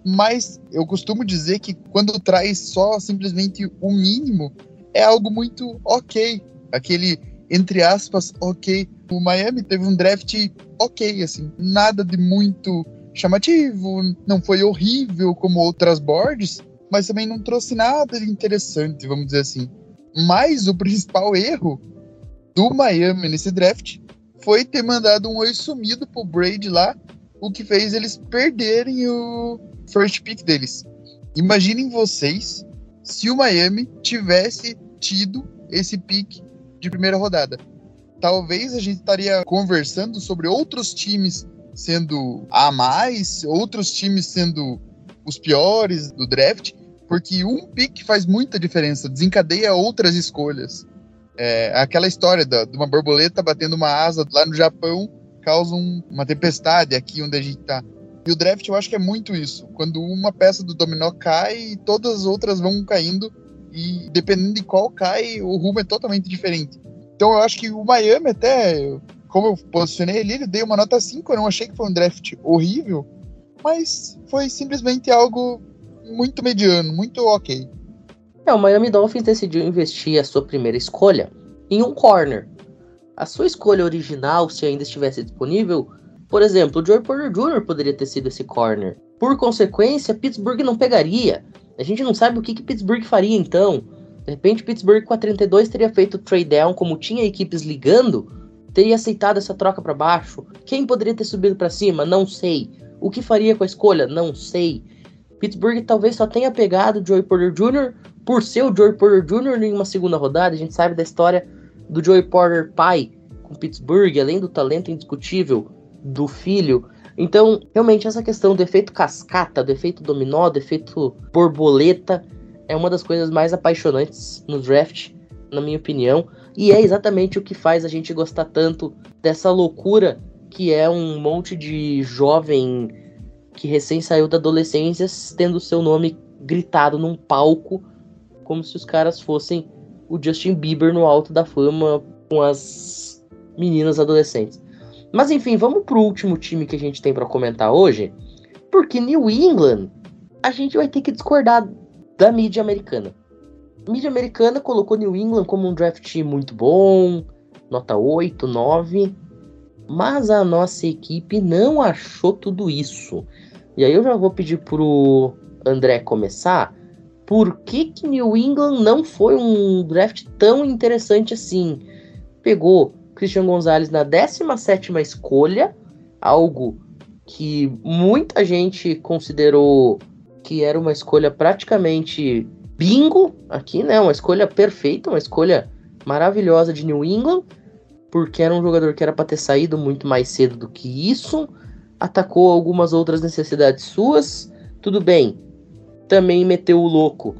Mas eu costumo dizer que quando traz só simplesmente o mínimo, é algo muito ok. Aquele, entre aspas, ok. O Miami teve um draft ok, assim, nada de muito chamativo, não foi horrível como outras boards, mas também não trouxe nada de interessante, vamos dizer assim. Mas o principal erro do Miami nesse draft foi ter mandado um oi sumido pro Brady lá, o que fez eles perderem o first pick deles. Imaginem vocês se o Miami tivesse tido esse pick de primeira rodada. Talvez a gente estaria conversando sobre outros times sendo a mais, outros times sendo os piores do draft, porque um pick faz muita diferença, desencadeia outras escolhas. Aquela história de uma borboleta batendo uma asa lá no Japão causa uma tempestade aqui onde a gente tá. E o draft eu acho que é muito isso. Quando uma peça do dominó cai, todas as outras vão caindo e dependendo de qual cai, o rumo é totalmente diferente. Então eu acho que o Miami até, como eu posicionei ele dei uma nota 5, eu não achei que foi um draft horrível, mas foi simplesmente algo muito mediano, muito ok. O Miami Dolphins decidiu investir a sua primeira escolha em um corner. A sua escolha original, se ainda estivesse disponível, por exemplo, o Joey Porter Jr. poderia ter sido esse corner. Por consequência, Pittsburgh não pegaria. A gente não sabe o que Pittsburgh faria então. De repente, Pittsburgh com a 32 teria feito o trade down, como tinha equipes ligando, teria aceitado essa troca para baixo. Quem poderia ter subido para cima? Não sei. O que faria com a escolha? Não sei. Pittsburgh talvez só tenha pegado o Joey Porter Jr. por ser o Joey Porter Jr. em uma segunda rodada. A gente sabe da história do Joey Porter pai com Pittsburgh, além do talento indiscutível do filho. Então, realmente, essa questão do efeito cascata, do efeito dominó, do efeito borboleta, é uma das coisas mais apaixonantes no draft, na minha opinião. E é exatamente o que faz a gente gostar tanto dessa loucura que é um monte de jovem que recém saiu da adolescência tendo seu nome gritado num palco, como se os caras fossem o Justin Bieber no alto da fama com as meninas adolescentes. Mas enfim, vamos pro último time que a gente tem para comentar hoje, porque New England, a gente vai ter que discordar da mídia americana. A mídia americana colocou New England como um draft muito bom, nota 8, 9, mas a nossa equipe não achou tudo isso. E aí eu já vou pedir pro André começar. Por que New England não foi um draft tão interessante assim? Pegou Christian Gonzalez na 17ª escolha, algo que muita gente considerou que era uma escolha praticamente bingo aqui, né? Uma escolha perfeita, uma escolha maravilhosa de New England, porque era um jogador que era para ter saído muito mais cedo do que isso, atacou algumas outras necessidades suas, tudo bem, também meteu o louco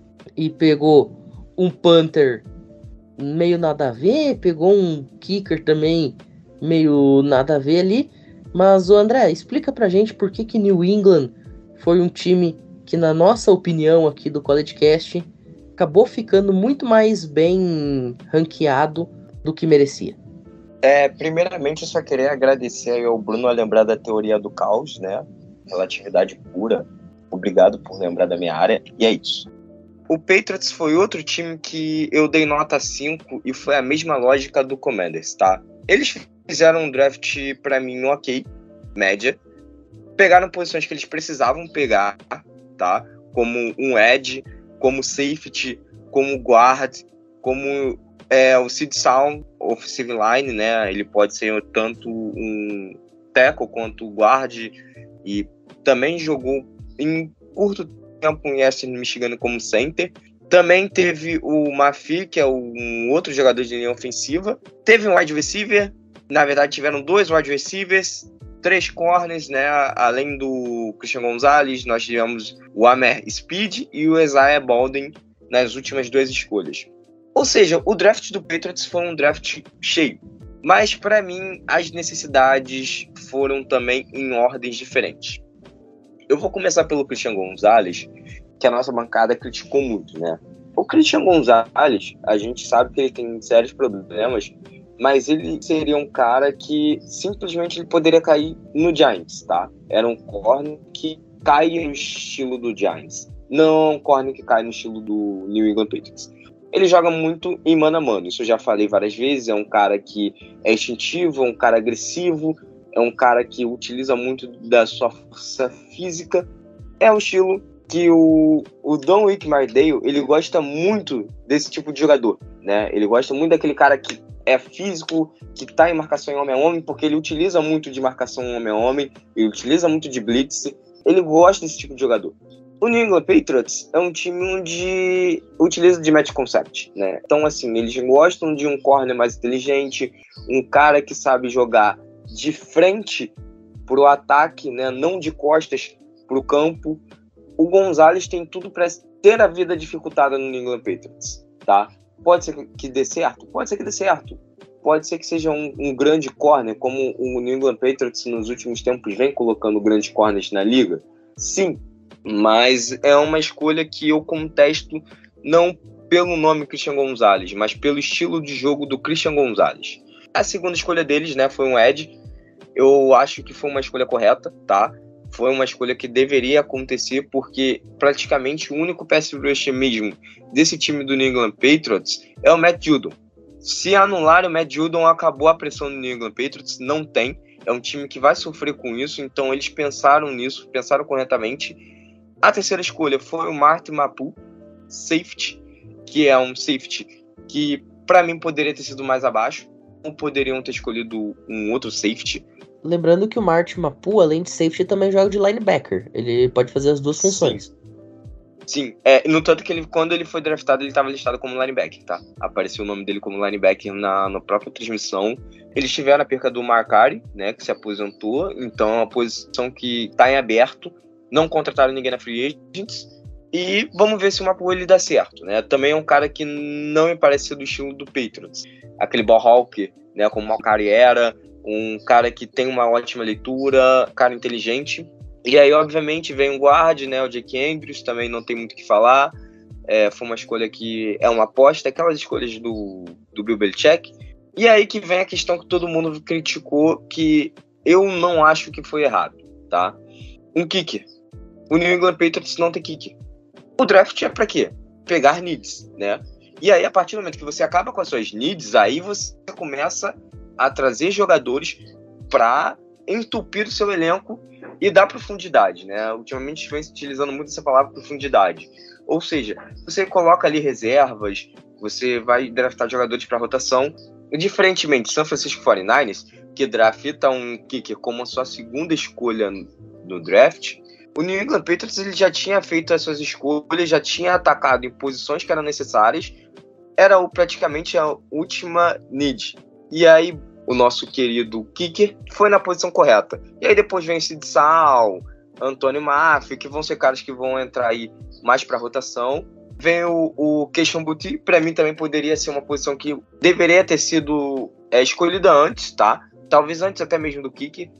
e pegou um punter meio nada a ver, pegou um kicker também meio nada a ver ali, mas o André, explica pra gente por que New England foi um time que, na nossa opinião aqui do CollegeCast, acabou ficando muito mais bem ranqueado do que merecia. Primeiramente, eu só queria agradecer aí ao Bruno a lembrar da teoria do caos, né? Relatividade pura. Obrigado por lembrar da minha área. E é isso. O Patriots foi outro time que eu dei nota 5 e foi a mesma lógica do Commanders, tá? Eles fizeram um draft, pra mim, ok, média. Pegaram posições que eles precisavam pegar, tá? Como um edge, como safety, como guard, como o Sid Sound, offensive line, né? Ele pode ser tanto um tackle quanto guard e também jogou em curto tempo em Western Michigan como center. Também teve o Mafi, que é um outro jogador de linha ofensiva. Teve um wide receiver. Na verdade, tiveram 2 wide receivers, 3 corners, né? Além do Christian Gonzalez, nós tivemos o Amer Speed e o Isaiah Baldwin nas últimas 2 escolhas. Ou seja, o draft do Patriots foi um draft cheio. Mas, para mim, as necessidades foram também em ordens diferentes. Eu vou começar pelo Christian Gonzalez, que a nossa bancada criticou muito, né? O Christian Gonzalez, a gente sabe que ele tem sérios problemas, mas ele seria um cara que simplesmente ele poderia cair no Giants, tá? Era um corner que cai no estilo do Giants, não um corner que cai no estilo do New England Patriots. Ele joga muito em mano a mano, isso eu já falei várias vezes, é um cara que é instintivo, é um cara agressivo, é um cara que utiliza muito da sua força física. É um estilo que o Don Wick Mardale, ele gosta muito desse tipo de jogador, né? Ele gosta muito daquele cara que é físico, que tá em marcação em homem a homem, porque ele utiliza muito de marcação homem a homem, ele utiliza muito de blitz, ele gosta desse tipo de jogador. O New England Patriots é um time onde utiliza de match concept, né? Então, assim, eles gostam de um corner mais inteligente, um cara que sabe jogar de frente pro ataque, né? Não de costas pro campo. O Gonzalez tem tudo para ter a vida dificultada no New England Patriots, tá? Pode ser que dê certo? Pode ser que dê certo. Pode ser que seja um grande corner, como o New England Patriots nos últimos tempos vem colocando grandes corners na liga. Sim, mas é uma escolha que eu contesto não pelo nome Christian Gonzalez, mas pelo estilo de jogo do Christian Gonzalez. A segunda escolha deles, né, foi um edge. Eu acho que foi uma escolha correta, tá? foi uma escolha que deveria acontecer, porque praticamente o único pass rusher mesmo desse time do New England Patriots é o Matt Judon. Se anular o Matt Judon, acabou a pressão do New England Patriots, não tem. É um time que vai sofrer com isso, então eles pensaram nisso, pensaram corretamente. A terceira escolha foi o Martin Mapu, safety, que é um safety que para mim poderia ter sido mais abaixo, ou poderiam ter escolhido um outro safety. Lembrando que o Martin Mapu, além de safety, também joga de linebacker. Ele pode fazer as duas funções. Sim, no tanto que quando ele foi draftado, ele estava listado como linebacker, tá? Apareceu o nome dele como linebacker na própria transmissão. Eles tiveram a perca do Marcari, né, que se aposentou, então é uma posição que está em aberto. Não contrataram ninguém na Free Agents. E vamos ver se o Mapu ele dá certo, né? Também é um cara que não me parece ser do estilo do Patriots. Aquele ball hawker, né, como o Marcari era, um cara que tem uma ótima leitura, cara inteligente. E aí, obviamente, vem um guard, né, o Jake Andrews, também não tem muito o que falar. Foi uma escolha que é uma aposta, aquelas escolhas do Bill Belichick. E aí que vem a questão que todo mundo criticou, que eu não acho que foi errado, tá? Um kicker. O New England Patriots não tem kicker. O draft é pra quê? Pegar needs, né? E aí, a partir do momento que você acaba com as suas needs, aí você começa a trazer jogadores para entupir o seu elenco e dar profundidade, né? Ultimamente vem utilizando muito essa palavra profundidade. Ou seja, você coloca ali reservas, você vai draftar jogadores para rotação. Diferentemente, San Francisco 49ers, que drafta um kicker como a sua segunda escolha no draft, o New England Patriots ele já tinha feito as suas escolhas, já tinha atacado em posições que eram necessárias, era praticamente a última need. E aí, o nosso querido kicker foi na posição correta. E aí depois vem Sid Sal, Antônio Maffi, que vão ser caras que vão entrar aí mais para rotação. Vem o Keishon Boutte, para mim também poderia ser uma posição que deveria ter sido escolhida antes, tá? Talvez antes até mesmo do kicker,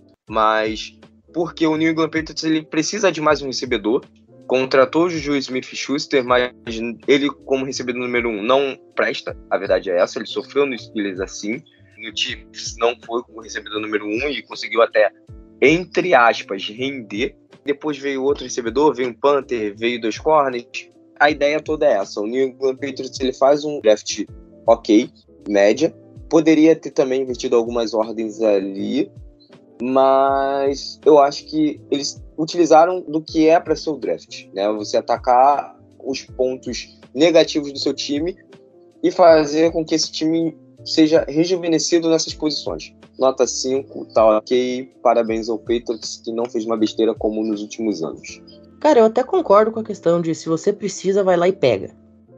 mas porque o New England Patriots ele precisa de mais um recebedor. Contratou o Juju Smith-Schuster, mas ele como recebedor número 1 não presta, a verdade é essa, ele sofreu no Steelers assim. No Chiefs não foi o recebedor número 1 e conseguiu até, entre aspas, render. Depois veio outro recebedor, veio um Panther, veio 2 corners. A ideia toda é essa. O New England Patriots ele faz um draft ok, média. Poderia ter também invertido algumas ordens ali, mas eu acho que eles utilizaram do que é para ser o draft, né? Você atacar os pontos negativos do seu time e fazer com que esse time seja rejuvenescido nessas posições. Nota 5, tá ok. Parabéns ao Patriots, que não fez uma besteira como nos últimos anos. Cara, eu até concordo com a questão de se você precisa, vai lá e pega.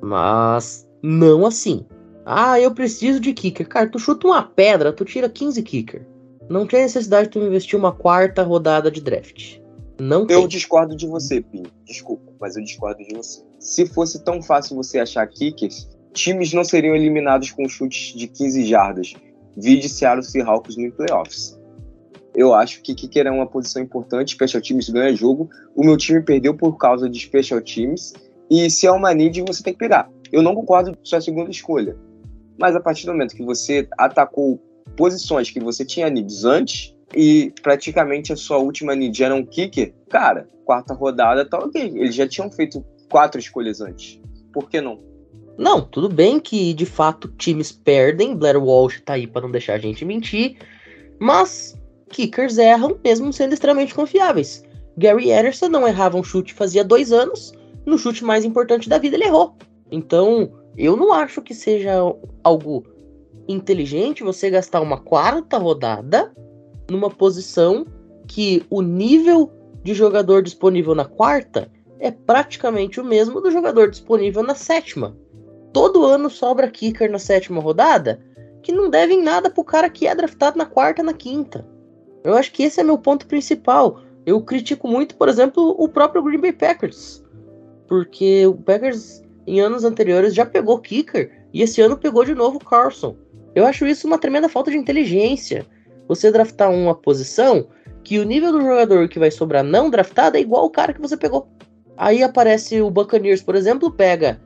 Mas não assim. Ah, eu preciso de kicker. Cara, tu chuta uma pedra, tu tira 15 kicker. Não tem necessidade de tu investir uma 4ª rodada de draft. Não tem. Eu discordo de você, Pinho. Desculpa, mas eu discordo de você. Se fosse tão fácil você achar kickers, times não seriam eliminados com chutes de 15 jardas. Vide Seattle Seahawks no playoffs. Eu acho que kicker é uma posição importante. Special Teams ganha jogo. O meu time perdeu por causa de Special Teams. E se é uma need, você tem que pegar. Eu não concordo com sua segunda escolha. Mas a partir do momento que você atacou posições que você tinha needs antes e praticamente a sua última need era um kicker, cara, 4ª rodada tá ok. Eles já tinham feito 4 escolhas antes. Por que não? Não, tudo bem que de fato times perdem, Blair Walsh tá aí pra não deixar a gente mentir, mas kickers erram mesmo sendo extremamente confiáveis. Gary Anderson não errava um chute fazia 2 anos, no chute mais importante da vida ele errou. Então, eu não acho que seja algo inteligente você gastar uma 4ª rodada numa posição que o nível de jogador disponível na 4ª é praticamente o mesmo do jogador disponível na 7ª. Todo ano sobra kicker na 7ª rodada que não devem nada pro cara que é draftado na 4ª, na 5ª. Eu acho que esse é meu ponto principal. Eu critico muito, por exemplo, o próprio Green Bay Packers. Porque o Packers, em anos anteriores, já pegou kicker e esse ano pegou de novo o Carlson. Eu acho isso uma tremenda falta de inteligência. Você draftar uma posição que o nível do jogador que vai sobrar não draftado é igual ao cara que você pegou. Aí aparece o Buccaneers, por exemplo, pega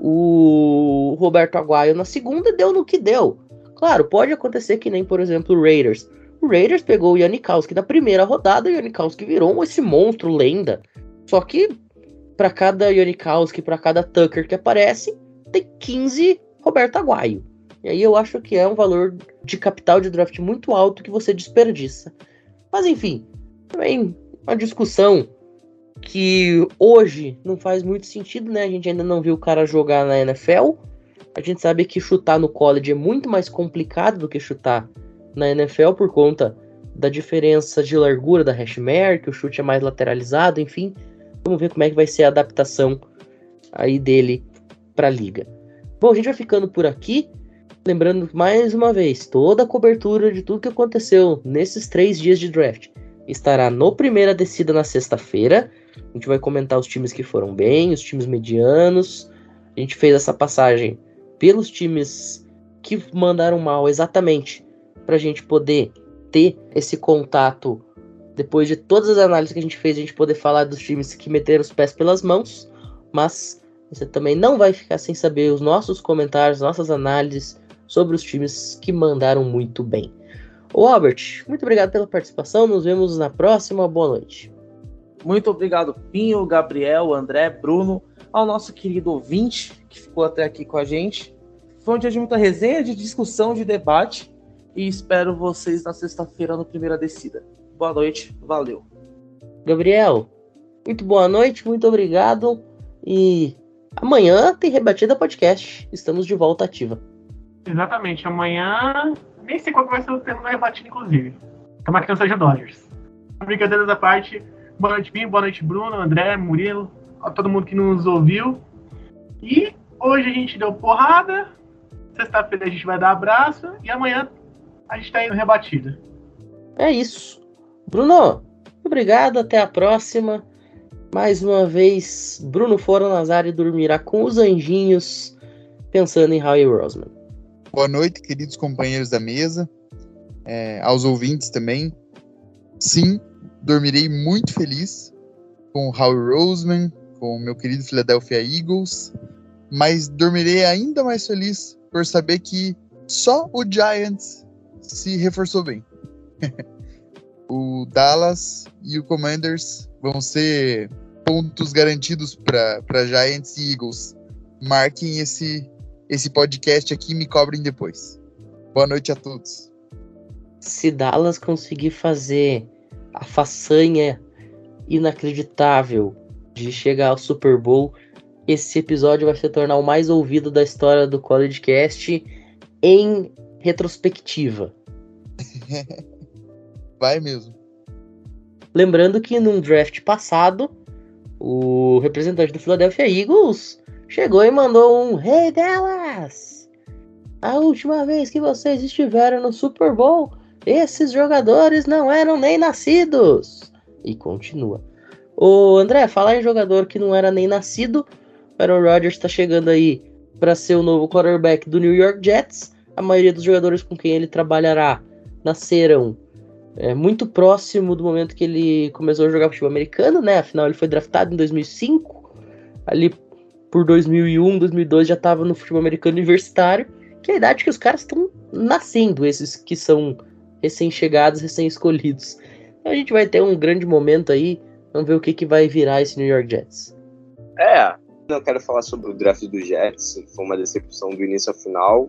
o Roberto Aguayo na 2ª e deu no que deu. Claro, pode acontecer que nem, por exemplo, o Raiders. O Raiders pegou o Janikowski na primeira rodada, e o Janikowski virou esse monstro lenda. Só que para cada Janikowski, para cada Tucker que aparece, tem 15 Roberto Aguayo. E aí eu acho que é um valor de capital de draft muito alto que você desperdiça. Mas enfim, também uma discussão que hoje não faz muito sentido, né? A gente ainda não viu o cara jogar na NFL. A gente sabe que chutar no college é muito mais complicado do que chutar na NFL por conta da diferença de largura da hash mark, que o chute é mais lateralizado, enfim. Vamos ver como é que vai ser a adaptação aí dele para a liga. Bom, a gente vai ficando por aqui. Lembrando mais uma vez, toda a cobertura de tudo que aconteceu nesses 3 dias de draft estará no Primeira Descida na sexta-feira. A gente vai comentar os times que foram bem, os times medianos. A gente fez essa passagem pelos times que mandaram mal exatamente para a gente poder ter esse contato. Depois de todas as análises que a gente fez, a gente poder falar dos times que meteram os pés pelas mãos. Mas você também não vai ficar sem saber os nossos comentários, nossas análises sobre os times que mandaram muito bem. Ô Albert, muito obrigado pela participação. Nos vemos na próxima. Boa noite. Muito obrigado, Pinho, Gabriel, André, Bruno, ao nosso querido ouvinte que ficou até aqui com a gente. Foi um dia de muita resenha, de discussão, de debate. E espero vocês na sexta-feira no Primeira Descida. Boa noite, valeu. Gabriel, muito boa noite, muito obrigado. E amanhã tem Rebatida Podcast. Estamos de volta ativa. Exatamente, amanhã nem sei qual vai ser o tema da rebatida, inclusive. Tomara que não seja Dodgers. Brincadeiras à parte, boa noite, Binho, boa noite, Bruno, André, Murilo, a todo mundo que nos ouviu. E hoje a gente deu porrada, sexta-feira a gente vai dar abraço e amanhã a gente tá indo rebatida. É isso. Bruno, obrigado, até a próxima. Mais uma vez, Bruno Fora Nazário dormirá com os anjinhos, pensando em Howie Roseman. Boa noite, queridos companheiros da mesa, aos ouvintes também. Sim, dormirei muito feliz com o Howie Roseman, com o meu querido Philadelphia Eagles, mas dormirei ainda mais feliz por saber que só o Giants se reforçou bem. O Dallas e o Commanders vão ser pontos garantidos para Giants e Eagles. Marquem esse podcast aqui e me cobrem depois. Boa noite a todos. Se Dallas conseguir fazer a façanha inacreditável de chegar ao Super Bowl, esse episódio vai se tornar o mais ouvido da história do CollegeCast em retrospectiva. Vai mesmo. Lembrando que num draft passado, o representante do Philadelphia Eagles chegou e mandou um "Hey Dallas! A última vez que vocês estiveram no Super Bowl, esses jogadores não eram nem nascidos." E continua. Ô André, falar em jogador que não era nem nascido, o Aaron Rodgers está chegando aí para ser o novo quarterback do New York Jets. A maioria dos jogadores com quem ele trabalhará nasceram muito próximo do momento que ele começou a jogar futebol americano, né? Afinal, ele foi draftado em 2005. Ali por 2001, 2002 já estava no futebol americano universitário, que é a idade que os caras estão nascendo, esses que são recém-chegados, recém-escolhidos. Então a gente vai ter um grande momento aí. Vamos ver o que vai virar esse New York Jets. Não quero falar sobre o draft do Jets, foi uma decepção do início ao final,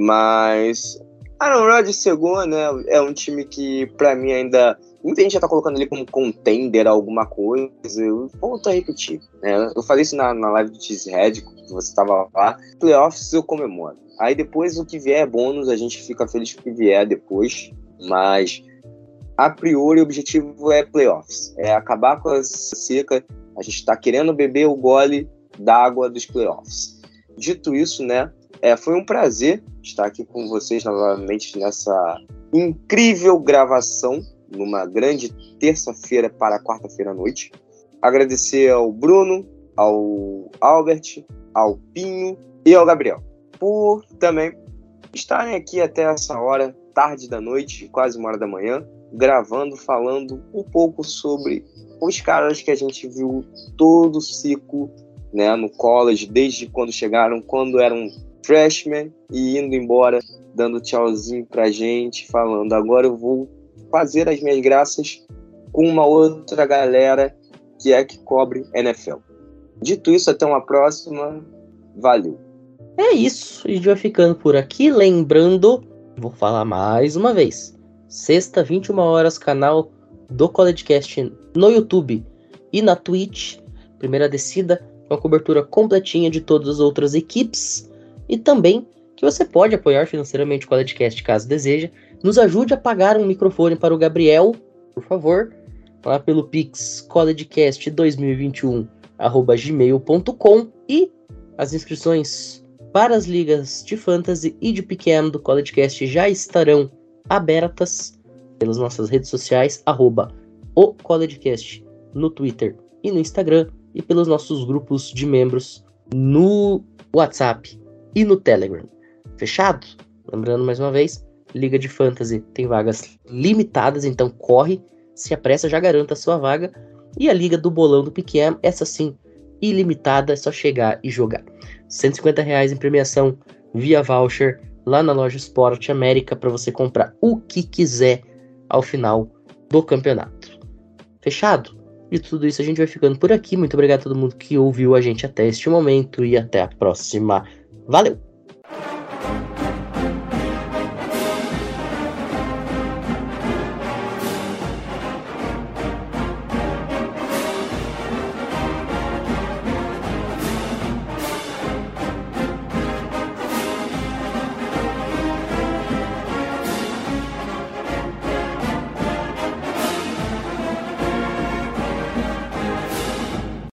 mas Aaron Rodgers chegou, né? É um time que, pra mim, ainda muita gente já tá colocando ele como contender a alguma coisa. Eu volto a repetir, né? Eu falei isso na live do Cheesehead, que você tava lá. Playoffs eu comemoro. Aí depois o que vier é bônus, a gente fica feliz com o que vier depois, mas a priori o objetivo é playoffs, é acabar com a seca. A gente tá querendo beber o gole d'água dos playoffs. Dito isso, né? Foi um prazer estar aqui com vocês novamente nessa incrível gravação, numa grande terça-feira para quarta-feira à noite. Agradecer ao Bruno, ao Albert, ao Pinho e ao Gabriel por também estarem aqui até essa hora, tarde da noite, quase 1h da manhã, gravando, falando um pouco sobre os caras que a gente viu todo o ciclo, né, no college, desde quando chegaram, quando eram freshmen e indo embora, dando tchauzinho pra gente, falando: agora eu vou fazer as minhas graças com uma outra galera que cobre NFL. Dito isso, até uma próxima. Valeu. É isso, a gente vai ficando por aqui. Lembrando, vou falar mais uma vez. Sexta, 21 horas, canal do CollegeCast no YouTube e na Twitch. Primeira descida, uma cobertura completinha de todas as outras equipes. E também que você pode apoiar financeiramente o CollegeCast caso deseja. Nos ajude a pagar um microfone para o Gabriel, por favor. Lá pelo Pix collegecast2021@gmail.com. E as inscrições para as ligas de Fantasy e de PQM do CollegeCast já estarão abertas pelas nossas redes sociais, o CollegeCast no Twitter e no Instagram, e pelos nossos grupos de membros no WhatsApp e no Telegram. Fechado? Lembrando mais uma vez, Liga de Fantasy tem vagas limitadas, então corre, se apressa, já garanta a sua vaga. E a Liga do Bolão do PQM, essa sim, ilimitada, é só chegar e jogar. R$150 em premiação via voucher lá na loja Esporte América para você comprar o que quiser ao final do campeonato. Fechado? E tudo isso a gente vai ficando por aqui. Muito obrigado a todo mundo que ouviu a gente até este momento e até a próxima. Valeu!